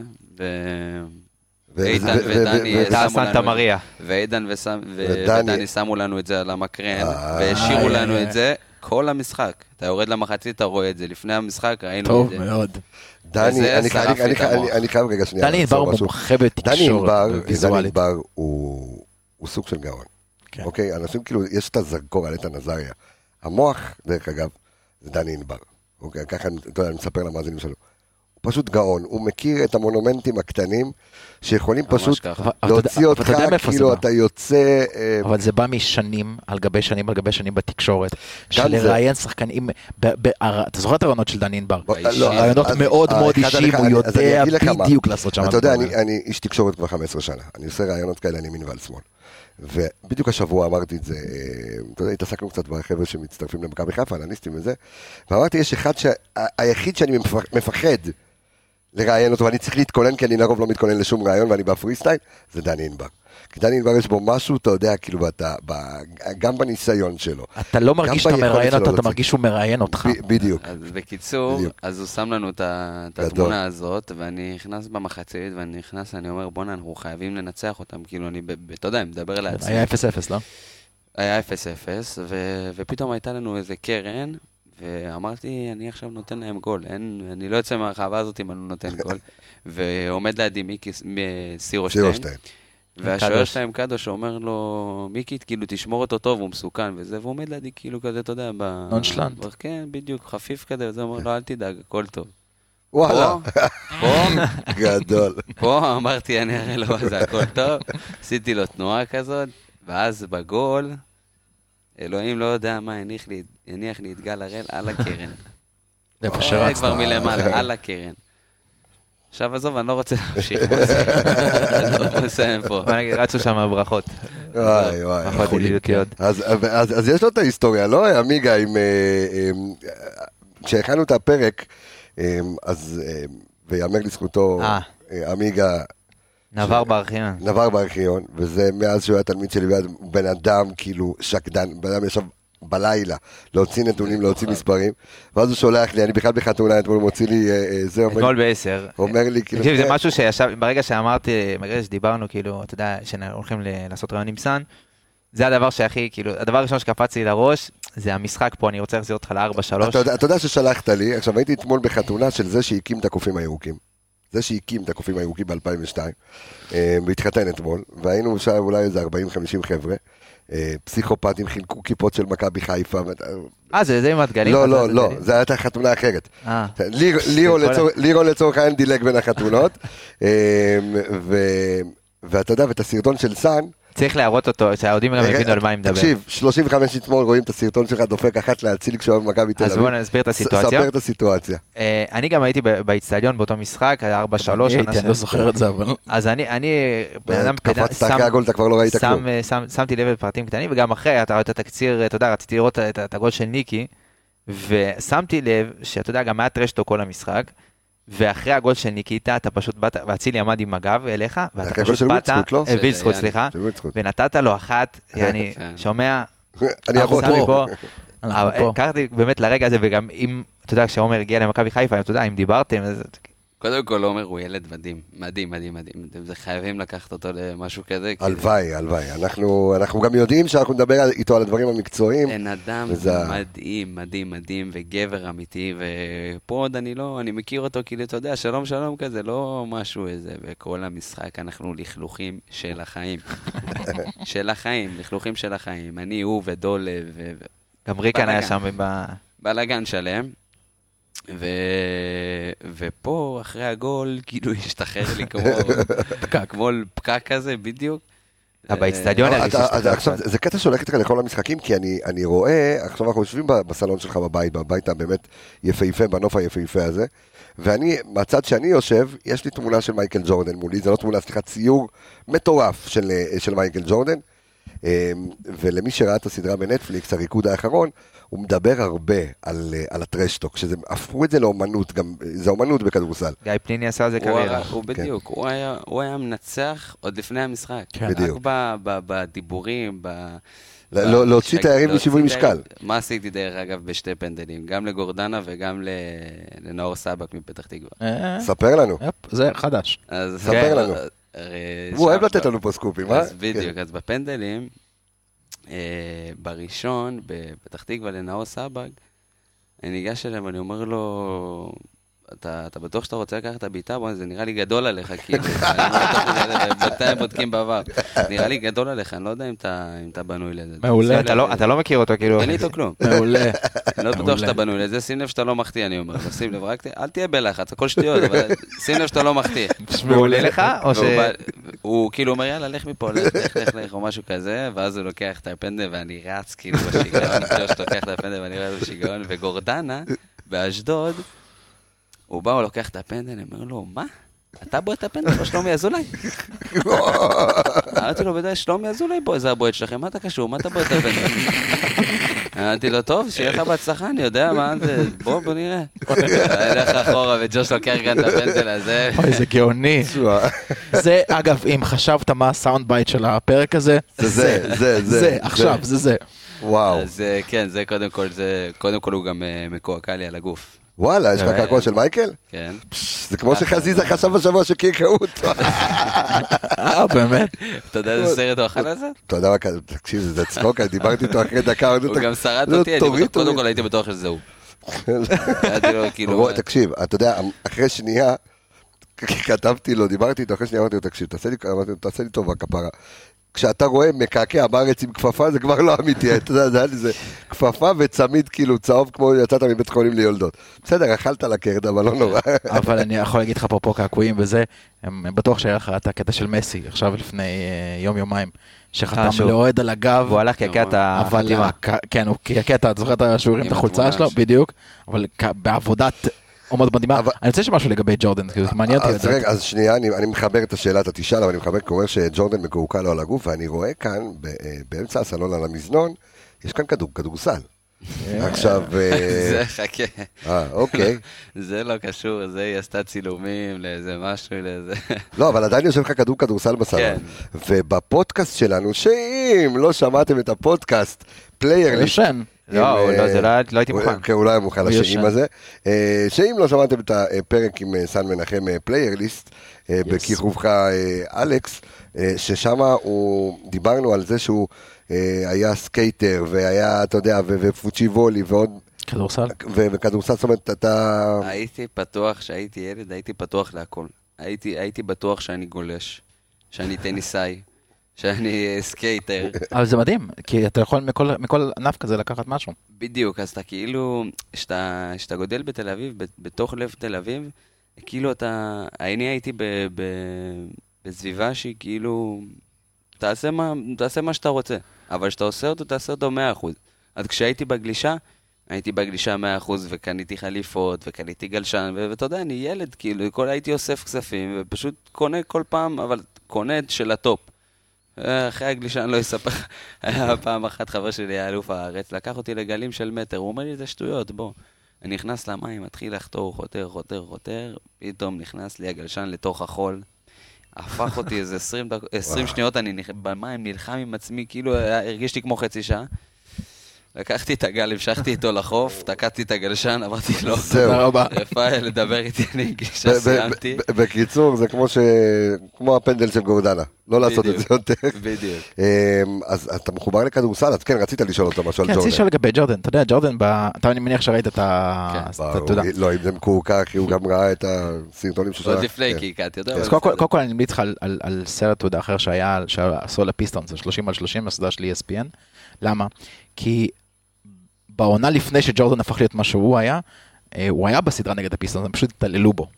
ואיתן ודני ואיתן ודני שמו לנו את זה על המקרן, והשאירו לנו את זה כל המשחק. אתה יורד למחצית, אתה רואה את זה, לפני המשחק ראינו את זה. טוב מאוד. דני, אני חייב רגע שנייה. דני ענבר הוא מומחה בתקשורת ויזואלית. דני ענבר הוא סוג של גאון. אוקיי, אנשים כאילו, יש את הזרקור על איתן עזריה. המוח, דרך אגב, זה דני ענבר. אוקיי, ככה אני, אתה יודע, אני מספר למאזינים שלו. הוא פשוט גאון, הוא מכיר את המונומנטים הקטנים, שיכולים פשוט להוציא אותך, כאילו אתה יוצא... אבל זה בא משנים, על גבי שנים, על גבי שנים בתקשורת, שלראיין שחקנים, אתה זוכר את הרעיונות של דני ענבר? רעיונות מאוד מאוד אישיים, הוא יודע בדיוק לעשות שם. אתה יודע, אני איש תקשורת כבר חמש עשרה שנה, אני עושה רעיונות כאלה, אני מין ועל שמאל. ובדיוק השבוע אמרתי את זה, אתה יודע, התעסקנו קצת בחבר'ה שמצטרפים למכבי חיפה, אנליסטים וזה, ואמרתי, יש אחד היחיד שאני מפחד לראיין אותו, ואני צריך להתכונן, כי אני לרוב לא מתכונן לשום ראיון, ואני בפרי סטייל, זה דני ענבר. כי דני ענבר יש בו משהו, אתה יודע, כאילו, אתה, גם בניסיון שלו. אתה לא מרגיש שאתה מראיין אותו, אתה מרגיש שהוא מראיין אותך. בדיוק. אז בקיצור, אז הוא שם לנו את התמונה הזאת, ואני נכנס במחצית, ואני נכנס, אני אומר, בוא, אנחנו חייבים לנצח אותם, כאילו, אני, אתה יודע, מדבר לעצמי. היה אפס אפס, לא? היה אפס אפס, ופתאום הייתה לנו איזה קרן, ואמרתי, אני עכשיו נותן להם גול, אין, אני לא יוצא מהרחבה הזאת אם אני לא נותן גול, ועומד לידי מיקי סירושטיין, והשוער שלהם קדוש שאומר לו, מיקי, כאילו תשמור אותו טוב, הוא מסוכן וזה, והוא עומד לידי כאילו כזה, אתה יודע, נונשלנט. כן, בדיוק, חפיף כזה, וזה אומר לו, אל תדאג, הכל טוב. וואלה. פה, גדול. פה אמרתי, אני הרי לא, זה הכל טוב, עשיתי לו תנועה כזאת, ואז בגול, אלוהים לא יודע מה, הניח לי את גל הראל על הקרן. איפה זה שרצת. כבר מלמעלה, על הקרן. עכשיו עזוב, אני לא רוצה להמשיך. אני לא מסיים פה. בוא נגיד, רצו שם ברכות. וואי, וואי. ברכות ידידותיות. אז, אז, אז יש לו את ההיסטוריה, לא? עמיגה, עם, כשהכנו את הפרק, אז, ויאמר לזכותו, עמיגה, נבר בארכיון. נבר בארכיון, וזה מאז שהוא היה תלמיד שלי, בן אדם כאילו שקדן, בן אדם ישב בלילה, להוציא נתונים, להוציא מספרים, ואז הוא שולח לי, אני בכלל בחתונה, אתמול הוא מוציא לי, זה אומר, אתמול בעשר. אומר לי, כאילו, תקשיב, זה משהו שישב, ברגע שאמרתי, ברגע שדיברנו, כאילו, אתה יודע, שהולכים לעשות רעיון עם סן, זה הדבר שהכי, כאילו, הדבר הראשון שקפץ לי לראש, זה המשחק פה, אני רוצה להחזיר אותך ל-ארבע שלוש. אתה יודע ששלחת לי, עכשיו הייתי אתמול בחתונה של זה שהקים את הקופים הירוקים. זה שהקים את הקופים הירוקים ב-אלפיים ושתיים, והתחתן אתמול, והיינו שם אולי איזה ארבעים חמישים חבר'ה, פסיכופטים חילקו כיפות של מכבי חיפה. אה, זה עם הדגלים? לא, לא, לא, זה הייתה חתונה אחרת. לירון לצורך העין דילג בין החתונות, ואתה יודע, ואת הסרטון של סן, צריך להראות אותו, שהעודים גם הבינו על מה אני מדבר. תקשיב, שלושים וחמש אתמול רואים את הסרטון שלך דופק אחת להציל כשהוא במכבי תל אביב. אז בואו נסביר את הסיטואציה. ספר את הסיטואציה. אני גם הייתי באצטדיון באותו משחק, היה ארבע שלוש. הייתי, אני לא זוכר את זה, אבל... אז אני, קפצת אחרי הגול, אתה כבר לא ראית כלום. שמתי לב לפרטים קטנים, וגם אחרי, אתה רואה את התקציר, אתה יודע, רציתי לראות את הגול של ניקי, ושמתי לב שאתה יודע, גם היה טרשטו כל המשחק, ואחרי הגול של ניקיטה, אתה פשוט באת, ואצילי עמד עם הגב אליך, ואתה פשוט באת, וילסקוט, סליחה, ונתת לו אחת, אני שומע, אני אבוא פה. קראתי באמת לרגע הזה, וגם אם, אתה יודע, כשעומר הגיע למכבי חיפה, אתה יודע, אם דיברתם, אז... קודם כל, עומר הוא ילד מדהים, מדהים, מדהים, מדהים. זה חייבים לקחת אותו למשהו כזה. הלוואי, הלוואי. אנחנו גם יודעים שאנחנו נדבר איתו על הדברים המקצועיים. אין אדם מדהים, מדהים, מדהים, וגבר אמיתי, ופה עוד אני לא, אני מכיר אותו, כאילו, אתה יודע, שלום שלום כזה, לא משהו איזה, וכל המשחק, אנחנו לכלוכים של החיים. של החיים, לכלוכים של החיים. אני, הוא ודולב. גם ריקן היה שם בלגן שלם. ו... ופה אחרי הגול כאילו השתחרר לי כמו כמו פקק כזה בדיוק. באצטדיון עכשיו זה קטע שהולך איתך לכל המשחקים, כי אני אני רואה עכשיו אנחנו יושבים בסלון שלך בבית, בבית הבאמת יפהפה, בנוף היפהפה הזה, ואני מהצד שאני יושב יש לי תמונה של מייקל ג'ורדן מולי, זה לא תמונה, סליחה, ציור מטורף של של מייקל ג'ורדן, ולמי שראה את הסדרה בנטפליקס, הריקוד האחרון, הוא מדבר הרבה על, על הטרשטוק, שזה הפכו את זה לאומנות, גם זה אומנות בכדורסל. גיא פניני עשה על זה קריירה. הוא בדיוק, הוא היה, הוא היה מנצח עוד לפני המשחק. בדיוק. רק בדיבורים, ב... להוציא תיירים בשיווי משקל. מה עשיתי דרך אגב בשתי פנדלים? גם לגורדנה וגם לנאור סבק מפתח תקווה. ספר לנו. זה חדש. ספר לנו. הוא אוהב לתת לנו פה סקופים, אה? אז בדיוק, אז בפנדלים, בראשון, בפתח תקווה לנאור סבג, אני ניגש אליהם, אני אומר לו, אתה בטוח שאתה רוצה לקחת את הביתה? בוא, זה נראה לי גדול עליך, כאילו. בינתיים בודקים בעבר. נראה לי גדול עליך, אני לא יודע אם אתה בנוי לזה. מעולה. אתה לא מכיר אותו, כאילו. אין לי איתו כלום. מעולה. אני לא בטוח שאתה בנוי לזה, שים לב שאתה לא מחטיא, אני אומר. שים לב, רק אל תהיה בלחץ, הכל שטויות, אבל שים לב שאתה לא מחטיא. מעולה לך, או ש... הוא כאילו אומר, יאללה, לך מפה, לך, לך, לך, או משהו כזה, ואז הוא לוקח את הפנדל, ואני רץ כאילו בשיגעון, ג'וש לוקח את הפנדל, ואני רץ בשיגעון, וגורדנה, באשדוד, הוא בא, הוא לוקח את הפנדל, אני אומר לו, מה? אתה בועט את הפנדל או שלומי אזולאי? אמרתי לו, בדי, שלומי אזולאי בוא, זה הבועט שלכם, מה אתה קשור? מה אתה בועט את הפנדל? אמרתי לו, טוב, שיהיה לך בהצלחה, אני יודע מה זה, בוא, בוא נראה. הלך אחורה, וג'וש לוקח גם את הפנדל הזה. אוי, זה גאוני. זה, אגב, אם חשבת מה הסאונד בייט של הפרק הזה, זה זה, זה, זה, עכשיו, זה זה. וואו. אז כן, זה קודם כל, זה, קודם כל הוא גם מקועקע לי על הגוף. וואלה, יש לך קעקוע של מייקל? כן. זה כמו שחזיזה חשב בשבוע שקעקעו אותו. אה, באמת? אתה יודע איזה סרט הוא אכל על זה? אתה יודע מה, תקשיב, זה צחוק, דיברתי איתו אחרי דקה. הוא גם שרד אותי, קודם כל הייתי בטוח שזה הוא. תקשיב, אתה יודע, אחרי שנייה, כתבתי לו, דיברתי איתו, אחרי שנייה אמרתי לו, תקשיב, תעשה לי טובה כפרה. כשאתה רואה מקעקע בארץ עם כפפה, זה כבר לא אמיתי, אתה יודע, זה היה לי זה כפפה וצמיד כאילו צהוב, כמו יצאת מבית חולים ליולדות. בסדר, אכלת לקרד, אבל לא נורא. אבל אני יכול להגיד לך פה פה קעקועים וזה, הם בטוח שהיה לך את הקטע של מסי, עכשיו לפני יום-יומיים, שחתם לאוהד על הגב. והוא הלך קעקע את החתימה. כן, הוא קעקע את, זוכר את שהוא הרים את החולצה שלו, בדיוק, אבל בעבודת... עומד מדהימה. אני רוצה שמשהו לגבי ג'ורדן, כי זה מעניין אותי לדעת. אז רגע, אז שנייה, אני מחבר את השאלה, אתה תשאל, אבל אני מחבר, קורא שג'ורדן מקורקע לו על הגוף, ואני רואה כאן, באמצע הסלון על המזנון, יש כאן כדורסל. עכשיו... זה חכה. אה, אוקיי. זה לא קשור, זה היא עשתה צילומים לאיזה משהו, לאיזה... לא, אבל עדיין יושב לך כדור כדורסל בסלון. ובפודקאסט שלנו, שאם לא שמעתם את הפודקאסט, פלייר ליסט, לא, זה לא הייתי מוכן. כן, אולי מוכן לשאים הזה. שאם לא שמעתם את הפרק עם סן מנחם פלייר ליסט, בכיכובך אלכס, ששם דיברנו על זה שהוא היה סקייטר, והיה, אתה יודע, ופוצ'י וולי, ועוד... כדורסל. וכדורסל, זאת אומרת, אתה... הייתי פתוח, שהייתי ילד, הייתי פתוח להכל. הייתי בטוח שאני גולש, שאני טניסאי. שאני סקייטר. אבל זה מדהים, כי אתה יכול מכל, מכל ענף כזה לקחת משהו. בדיוק, אז אתה כאילו, שאתה, שאתה גודל בתל אביב, בתוך לב תל אביב, כאילו אתה, אני הייתי ב, ב, בסביבה שהיא כאילו, תעשה מה, תעשה מה שאתה רוצה, אבל שאתה עושה אותו, תעשה אותו מאה אחוז. אז כשהייתי בגלישה, הייתי בגלישה מאה אחוז, וקניתי חליפות, וקניתי גלשן, ואתה יודע, אני ילד, כאילו, כל, הייתי אוסף כספים, ופשוט קונה כל פעם, אבל קונה של הטופ. אחרי הגלישה אני לא אספר, היה פעם אחת חבר שלי, היה אלוף הארץ, לקח אותי לגלים של מטר, הוא אומר לי, זה שטויות, בוא. אני נכנס למים, מתחיל לחתור, חותר, חותר, חותר, פתאום נכנס לי הגלשן לתוך החול, הפך אותי איזה עשרים שניות, אני במים נלחם עם עצמי, כאילו הרגיש לי כמו חצי שעה, לקחתי את הגל, המשכתי איתו לחוף, תקעתי את הגלשן, אמרתי לו, רפאל, לדבר איתי, אני גלישה, סיימתי. בקיצור, זה כמו הפנדל של גורדנה, לא לעשות את זה יותר. בדיוק. אז אתה מחובר לכדורסל, אז כן, רצית לשאול אותו משהו על ג'ורדן. כן, רציתי לשאול לגבי ג'ורדן, אתה יודע, ג'ורדן, אני מניח שראית את ה... לא, אם זה מקורקע, כי הוא גם ראה את הסרטונים שלך. עוד לפני קיקעתי, יודע. אז קודם כל אני ממליץ לך על סרט תודה אחר שהיה, שעשו לפיסטון, זה שלושים על שלושים, הסדרה של E S P N. למה? כי בעונה לפני שג'ורדן הפך להיות מה שהוא היה, הוא היה בסדרה נגד הפיסטון, הם פשוט התעללו בו.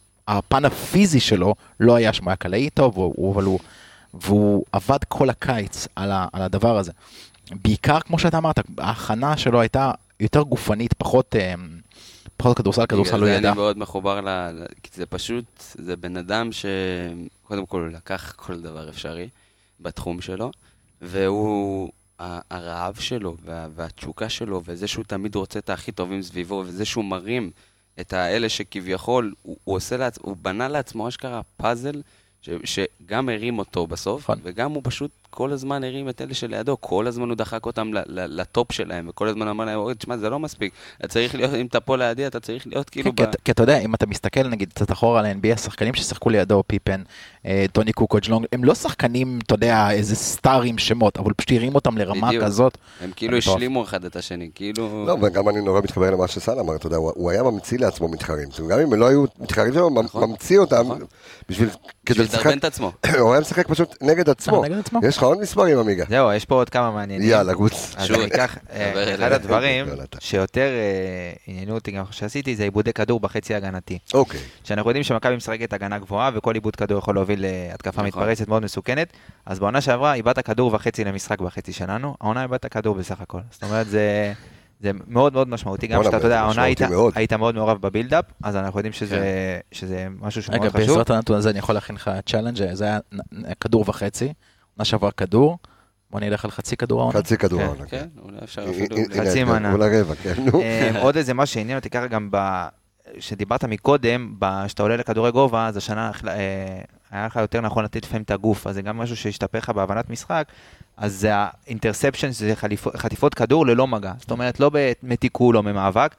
הפן הפיזי שלו לא היה שם, היה קלעי טוב, אבל הוא, והוא עבד כל הקיץ על, ה, על הדבר הזה. בעיקר, כמו שאתה אמרת, ההכנה שלו הייתה יותר גופנית, פחות, פחות כדורסל, כדורסל לא ידע. אני מאוד מחובר, ל... כי זה פשוט, זה בן אדם שקודם כל לקח כל דבר אפשרי בתחום שלו, והוא... הרעב שלו והתשוקה שלו, וזה שהוא תמיד רוצה את הכי טובים סביבו, וזה שהוא מרים את האלה שכביכול, הוא, הוא עושה לעצמו, הוא בנה לעצמו אשכרה פאזל, ש, שגם הרים אותו בסוף, וגם הוא פשוט כל הזמן הרים את אלה שלידו, כל הזמן הוא דחק אותם לטופ שלהם, וכל הזמן אמר להם, תשמע, זה לא מספיק, אתה צריך להיות, אם אתה פה לידי, אתה צריך להיות כאילו... כי אתה יודע, אם אתה מסתכל, נגיד, קצת אחורה על ה-N B A, השחקנים ששיחקו לידו, פיפן, טוני קוקו, ג'לונג, הם לא שחקנים, אתה יודע, איזה סטארים שמות, אבל פשוט הרים אותם לרמה כזאת. הם כאילו השלימו אחד את השני, כאילו... לא, וגם אני נורא מתחבר למה שסל אמר, אתה יודע, הוא היה ממציא לעצמו מתחרים, גם אם לא היו מתחרים שלו, ממציא אותם בשביל... בשביל לדרבן את עצמו. הוא היה משחק פשוט נגד עצמו. יש לך עוד מספרים, אמיגה? זהו, יש פה עוד כמה מעניינים. יאללה, גוץ. אז אני אקח, אחד הדברים שיותר עניינו אותי גם שעשיתי, זה עיבודי כדור בחצי הגנתי. אוקיי. שאנחנו יודעים שמכבי משחקת הגנה גבוהה, וכל עיבוד כדור יכול להוביל להתקפה מתפרצת מאוד מסוכנת, אז בעונה שעברה איבדת כדור וחצי למשחק בחצי שלנו, העונה איבדת כדור בסך הכל. זאת אומרת, זה... זה מאוד מאוד משמעותי, גם שאתה יודע, העונה היית מאוד מעורב בבילדאפ, אז אנחנו יודעים שזה משהו שהוא מאוד חשוב. רגע, בעזרת הנתון הזה אני יכול להכין לך צ'אלנג', זה היה כדור וחצי, עונה שעבר כדור, בוא נלך על חצי כדור העונה. חצי כדור העונה, כן. אולי אפשר אפילו... חצי מנה. אולי רבע, כן. עוד איזה מה שעניין אותי ככה גם שדיברת מקודם, שאתה עולה לכדורי גובה, אז השנה היה לך יותר נכון לתת לפעמים את הגוף, אז זה גם משהו שהשתפר לך בהבנת משחק, אז זה האינטרספשן, זה חטיפות כדור ללא מגע, זאת אומרת לא במתיקול או ממאבק,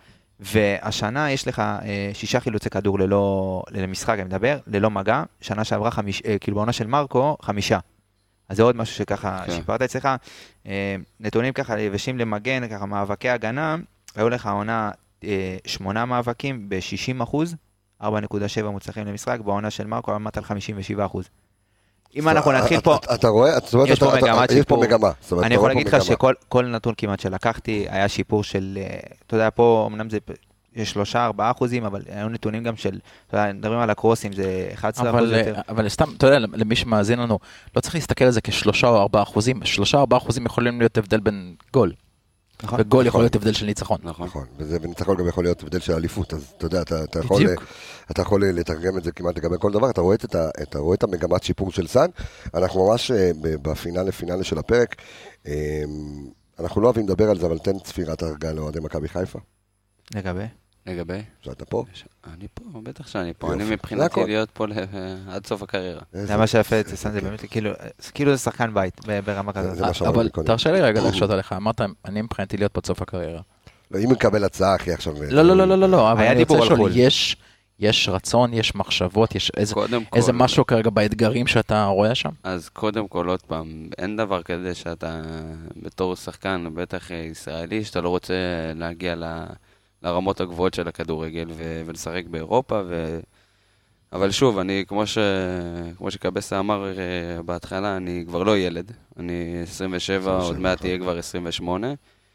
והשנה יש לך שישה חילוצי כדור ללא, למשחק, אני מדבר, ללא מגע, שנה שעברה חמיש, כאילו בעונה של מרקו, חמישה. אז זה עוד משהו שככה כן. שיפרת אצלך, נתונים ככה יבשים למגן, ככה מאבקי הגנה, היו לך העונה שמונה מאבקים ב-שישים אחוז, ארבע נקודה שבע מוצלחים למשחק, בעונה של מרקו עמד על חמישים ושבעה אחוז. אם אנחנו נתחיל פה, אתה רואה, יש פה מגמת יש פה שיפור. מגמה. אני יכול להגיד לך שכל נתון כמעט שלקחתי היה שיפור של, אתה יודע, פה אמנם זה יש שלושה, ארבעה אחוזים, אבל היו נתונים גם של, אתה יודע, מדברים על הקרוסים, זה אחד עשר אחוז יותר. אבל סתם, אתה יודע, למי שמאזין לנו, לא צריך להסתכל על זה כשלושה או ארבעה אחוזים, שלושה או ארבעה אחוזים יכולים להיות הבדל בין גול. נכון. וגול יכול להיות הבדל של ניצחון. נכון, וניצחון גם יכול להיות הבדל של אליפות, אז אתה יודע, אתה יכול, אתה יכול לתרגם את זה כמעט לגבי כל דבר, אתה רואה את, אתה רואה את המגמת שיפור של סן, אנחנו ממש בפינאלה, פינאלה של הפרק, אנחנו לא אוהבים לדבר על זה, אבל תן צפירת הרגע לאוהדי מכבי חיפה. לגבי? לגבי? שאתה פה? אני פה, בטח שאני פה, אני מבחינתי להיות פה עד סוף הקריירה. זה מה שיפה אצל סן, זה באמת כאילו זה שחקן בית ברמה כזאת. אבל תרשה לי רגע להקשות עליך, אמרת, אני מבחינתי להיות פה עד סוף הקריירה. לא, אם מקבל הצעה, אחי, עכשיו... לא, לא, לא, לא, לא, אבל היה אני רוצה דיבור על לשאול, חו"ל. יש... יש רצון, יש מחשבות, יש איזה, קודם כל- איזה משהו כרגע באתגרים שאתה רואה שם? אז קודם כל, עוד פעם, אין דבר כזה שאתה בתור שחקן, בטח ישראלי, שאתה לא רוצה להגיע ל... לרמות הגבוהות של הכדורגל ו... ולשחק באירופה. ו... אבל שוב, אני, כמו, ש... כמו שקבסה אמר uh, בהתחלה, אני כבר לא ילד. אני עשרים ושבע, עוד מעט תהיה כבר עשרים ושמונה.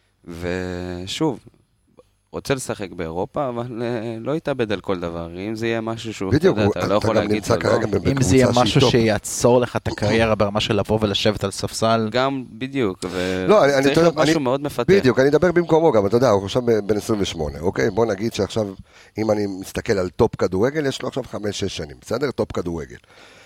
ושוב, רוצה לשחק באירופה, אבל uh, לא יתאבד על כל דבר. אם זה יהיה משהו שהוא... בדיוק, אתה, אתה לא יכול להגיד... נמצא כרגע בקבוצה אם זה יהיה משהו שהיא טופ. שיעצור לך את הקריירה ברמה של לבוא ולשבת על ספסל, גם בדיוק, לא, אני- אני וצריך טוען- להיות משהו אני- מאוד מפתח. בדיוק, אני אדבר במקומו גם, אתה יודע, הוא עכשיו בן עשרים ושמונה, אוקיי? בוא נגיד שעכשיו, אם אני מסתכל על טופ כדורגל, יש לו עכשיו חמש שש שנים, בסדר? טופ כדורגל.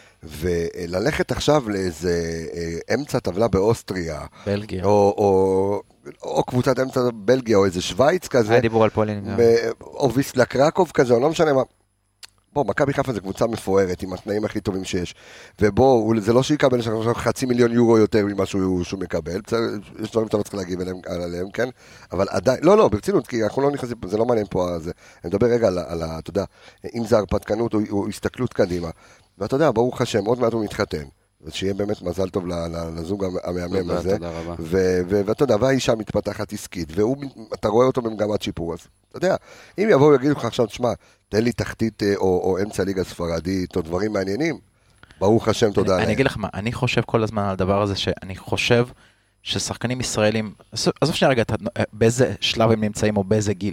וללכת עכשיו לאיזה אה, אמצע טבלה באוסטריה, בלגיה. או, או, או קבוצת אמצע בלגיה, או איזה שוויץ כזה, היה דיבור על פולין גם. ב- או ויסלה קרקוב כזה, או לא משנה מה. בוא, מכבי חיפה זה קבוצה מפוארת, עם התנאים הכי טובים שיש. ובוא, זה לא שיקבל עכשיו חצי מיליון יורו יותר ממה שהוא, שהוא מקבל. בסדר, יש דברים שאתה לא צריך להגיב עליהם, עליהם, כן? אבל עדיין, לא, לא, ברצינות, כי אנחנו לא נכנסים, זה לא מעניין פה על זה. אני מדבר רגע על, על, אתה יודע, אם זה הרפתקנות או, או הסתכלות קדימה. ואתה יודע, ברוך השם, עוד מעט הוא מתחתן. ושיהיה באמת מזל טוב לזוג המהמם תודה, הזה. תודה רבה. ו- ו- ואתה יודע, והאישה מתפתחת עסקית, ואתה רואה אותו במגמת שיפור, אז אתה יודע, אם יבואו ויגידו לך עכשיו, תשמע, תן לי תחתית אה, או, או אמצע ליגה ספרדית, או דברים מעניינים, ברוך השם, תודה אני להם. אגיד לך מה, אני חושב כל הזמן על הדבר הזה, שאני חושב ששחקנים ישראלים, עזוב עזוב שנייה רגע, אתה- באיזה שלב הם נמצאים או באיזה גיל,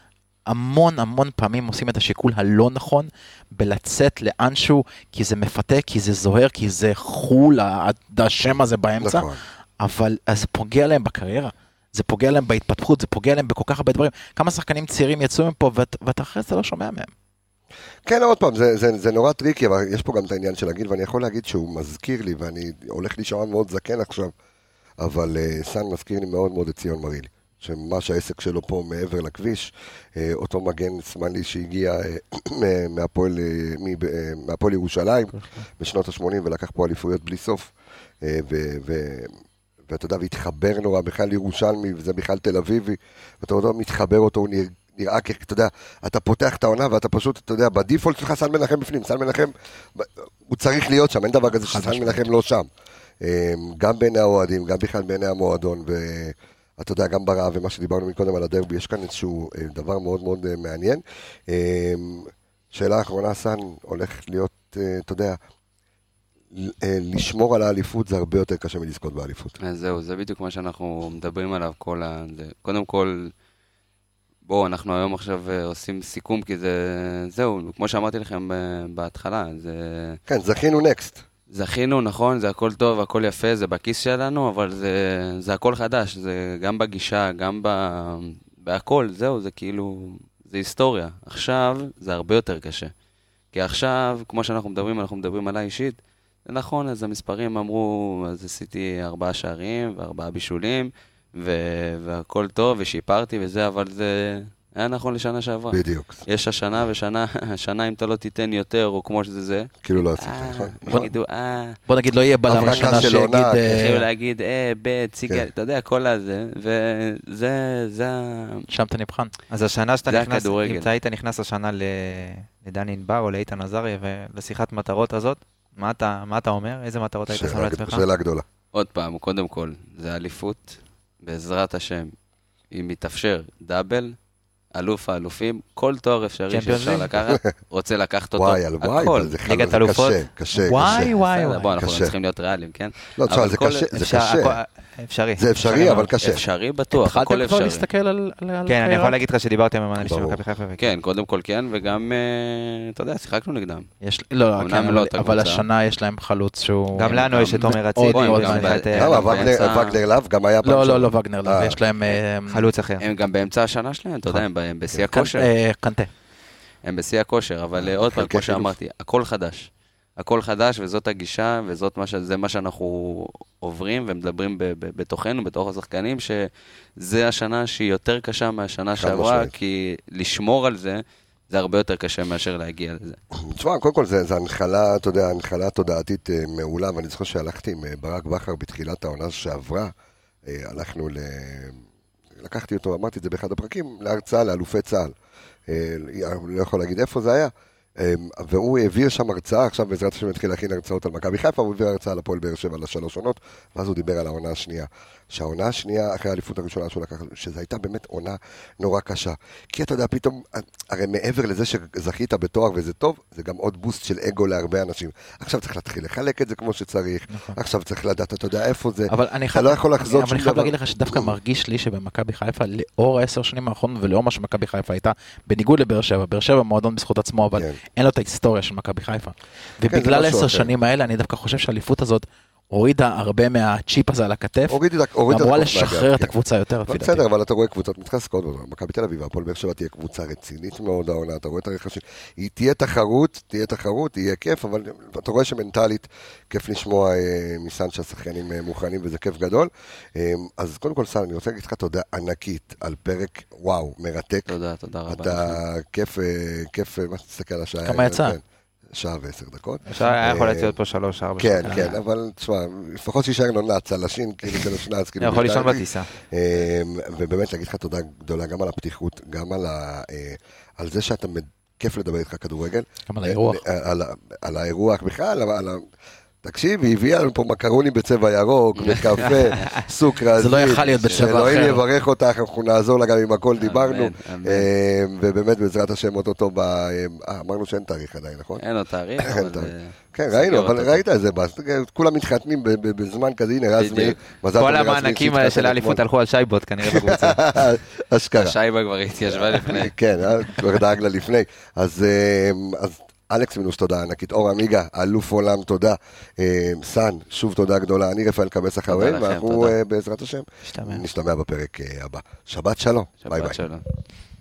המון המון פעמים עושים את השיקול הלא נכון בלצאת לאנשהו, כי זה מפתה, כי זה זוהר, כי זה חול, השם הזה באמצע, נכון. אבל אז זה פוגע להם בקריירה, זה פוגע להם בהתפתחות, זה פוגע להם בכל כך הרבה דברים. כמה שחקנים צעירים יצאו מפה, ואת- ואתה אחרי זה לא שומע מהם. כן, עוד פעם, זה, זה, זה נורא טריקי, אבל יש פה גם את העניין של הגיל, ואני יכול להגיד שהוא מזכיר לי, ואני הולך להישמע מאוד זקן עכשיו, אבל uh, סן מזכיר לי מאוד מאוד את ציון מרילי. שממש העסק שלו פה מעבר לכביש, אה, אותו מגן שמאלי שהגיע אה, מהפועל, אה, מב- אה, מהפועל ירושלים בשנות ה-שמונים ולקח פה אליפויות בלי סוף, אה, ו- ו- ואתה יודע, והתחבר נורא בכלל ירושלמי, וזה בכלל תל אביבי, ואתה יודע, מתחבר אותו, הוא נראה, נראה כ... אתה יודע, אתה פותח את העונה ואתה פשוט, אתה יודע, בדיפולט שלך סן מנחם בפנים, סן מנחם, הוא צריך להיות שם, אין דבר כזה שסן מנחם לא שם. אה, גם בעיני האוהדים, גם בכלל בעיני המועדון, ו... אתה יודע, גם ברעה ומה שדיברנו מקודם על הדרבי, יש כאן איזשהו אה, דבר מאוד מאוד אה, מעניין. אה, שאלה האחרונה, סן, הולך להיות, אה, אתה יודע, ל- אה, לשמור על האליפות זה הרבה יותר קשה מלזכות באליפות. אז זהו, זה בדיוק מה שאנחנו מדברים עליו כל ה... זה- קודם כל, בואו, אנחנו היום עכשיו אה, עושים סיכום, כי זה... זהו, כמו שאמרתי לכם אה, בהתחלה, זה... כן, זכינו נקסט. זכינו, נכון, זה הכל טוב, הכל יפה, זה בכיס שלנו, אבל זה, זה הכל חדש, זה גם בגישה, גם ב... בהכל, זהו, זה כאילו, זה היסטוריה. עכשיו זה הרבה יותר קשה. כי עכשיו, כמו שאנחנו מדברים, אנחנו מדברים עליי אישית, זה נכון, אז המספרים אמרו, אז עשיתי ארבעה שערים וארבעה בישולים, ו... והכל טוב, ושיפרתי וזה, אבל זה היה נכון לשנה שעברה. בדיוק. יש השנה ושנה, השנה אם אתה לא תיתן יותר, או כמו שזה זה, כאילו לא עשית, אה, נכון? יגידו, אה, בוא נגיד, לא יהיה בלם הברקה השנה של שיגיד... עונה, אה, התחילו להגיד, אה, בית, סיגל, כן. אתה יודע, כל הזה, וזה, זה, ה- שם אתה נבחן. אז השנה שאתה זה נכנס, הכדורגל. אם אתה היית נכנס השנה ל- לדני ענבר או לאיתן עזריה ולשיחת מטרות הזאת, מה אתה, מה אתה אומר? איזה מטרות היית שם שאלה- לעצמך? שאלה גדולה. עוד פעם, קודם כל, זה אליפות, בעזרת השם, אם מתאפשר דאבל, אלוף האלופים, כל תואר אפשרי Champions שאפשר League. לקחת, רוצה לקחת אותו, וואי, הלוואי, הכל. אבל זה חד- ליגת זה אלופות. קשה, קשה, וואי, קשה. וואי, בסדר, וואי. בוא, אנחנו קשה. לא צריכים להיות ריאליים, כן? לא, תשמע, אבל זה כל- קשה, זה אפשר, קשה. הכל- אפשרי. זה אפשרי, אבל קשה. אפשרי בטוח, התחלתם הכל כבר אפשרי. להסתכל על... על- על כן, אני קיירה? יכול להגיד לך שדיברתם עם האנליסטים ברור. במכבי חיפה. וכן. כן, קודם כל כן, וגם, אה, אתה יודע, שיחקנו נגדם. יש, לא, אמנם כן, לא אבל, אותה אבל קבוצה. השנה יש להם חלוץ שהוא... גם לנו יש את עומר מאוד אצילי, מאוד גם מעניין. ב- למה, גם וגנר- באמצע- וגנר לאב גם היה פעם לא, שם. לא, לא וגנר, לא, אה, יש להם... אה, חלוץ אחר. הם גם באמצע השנה שלהם, אתה יודע, הם ב- בשיא קנ- הכושר. אה, קנטה. הם בשיא הכושר, אבל אה, עוד פעם, חלקי כמו חילוף. שאמרתי, הכל חדש. הכל חדש, וזאת הגישה, וזאת מה ש... זה מה שאנחנו עוברים ומדברים ב- ב- בתוכנו, בתוך השחקנים, שזה השנה שהיא יותר קשה מהשנה חד שעברה, משמעית. כי לשמור על זה, זה הרבה יותר קשה מאשר להגיע לזה. תשמע, קודם כל זה, זה הנחלה, אתה יודע, הנחלה תודעתית אה, מעולה, ואני זוכר שהלכתי עם אה, ברק בכר בתחילת העונה שעברה, אה, הלכנו ל... לקחתי אותו, אמרתי את זה באחד הפרקים, להרצאה לאלופי צה"ל. אה, אני לא יכול להגיד איפה זה היה, אה, והוא העביר שם הרצאה, עכשיו בעזרת השם התחיל להכין הרצאות על מכבי חיפה, הוא העביר הרצאה לפועל באר שבע לשלוש עונות, ואז הוא דיבר על העונה השנייה. שהעונה השנייה, אחרי האליפות הראשונה שהוא לקח, שזו הייתה באמת עונה נורא קשה. כי אתה יודע, פתאום, הרי מעבר לזה שזכית בתואר וזה טוב, זה גם עוד בוסט של אגו להרבה אנשים. עכשיו צריך להתחיל לחלק את זה כמו שצריך, עכשיו צריך לדעת, אתה יודע איפה זה, אבל אני אתה חייב, לא יכול לחזור אבל שום אני חייב דבר. להגיד לך שדווקא מרגיש לי שבמכבי חיפה, לאור העשר שנים האחרונות ולאור מה שמכבי חיפה הייתה, בניגוד לבאר שבע, באר שבע מועדון בזכות עצמו, אבל כן. אין לו את ההיסטוריה של מכבי חיפה. זה ובגלל משהו העשר אחר. שנים האלה, אני דווקא חושב שהאליפות הזאת הורידה הרבה מהצ'יפ הזה על הכתף, הוריד את ה- הוריד את ואמורה הכוח מהגב, לשחרר את כן. הקבוצה יותר, לא לפי דעתי. בסדר, אבל אתה רואה קבוצות מתחזקות, מכבי תל אביב, הפועל באר שבע תהיה קבוצה רצינית מאוד העונה, אתה רואה את הרכשים, היא תהיה תחרות, תהיה תחרות, יהיה כיף, אבל אתה רואה שמנטלית כיף לשמוע אה, מסן שהשחקנים אה, מוכנים, וזה כיף גדול. אה, אז קודם כל, סן, אני רוצה להגיד לך תודה ענקית על פרק, וואו, מרתק. תודה, תודה רבה. אתה כיף, אה, כיף, אה, מה שתסתכל על השעה? כמה יצא? כן, שעה ועשר דקות. אפשר היה יכול אה, להיות פה שלוש, ארבע. כן, שעות. כן, אבל תשמע, לפחות שישאר לו נץ, צלשים, כאילו זה נץ, כאילו... אני יכול לישון בינתיים. בטיסה. אה, ובאמת להגיד לך תודה גדולה גם על הפתיחות, גם על, ה, אה, על זה שאתה מד- כיף לדבר איתך כדורגל. גם על האירוח. אה, על, ה- על האירוח בכלל, על ה... תקשיב, היא הביאה לנו פה מקרוני בצבע ירוק, וקפה, סוכר. זה לא יכל להיות בצבע אלוהים אחר. יברך אותך, אנחנו נעזור לה גם עם הכל דיברנו. אמן. אה, ובאמת בעזרת השם אותו ב... אה, אמרנו שאין תאריך עדיין, נכון? אין לו תאריך, אין אבל... תאריך. אה, כן, סגר ראינו, אבל אותו. ראית את זה, בס- כולם מתחתנים ב- ב- בזמן כזה, הנה רז בדיוק. מאיר, מזל טוב כל לרז מאיר המענקים שהתחתן של האליפות אתמול. הלכו על שייבוט כנראה בקבוצה. אשכרה. השייבה כבר התיישבה לפני. כן, אה, כבר דאג לה לפני. אז אה, אז אלכס מינוס תודה ענקית, אור עמיגה, אלוף עולם תודה, אה, סן, שוב תודה גדולה, אני רפאל קבס אחריהם, לכם, ואנחנו תודה. אה, בעזרת השם משתמע. נשתמע בפרק אה, הבא. שבת שלום, ביי ביי. שבת שלום.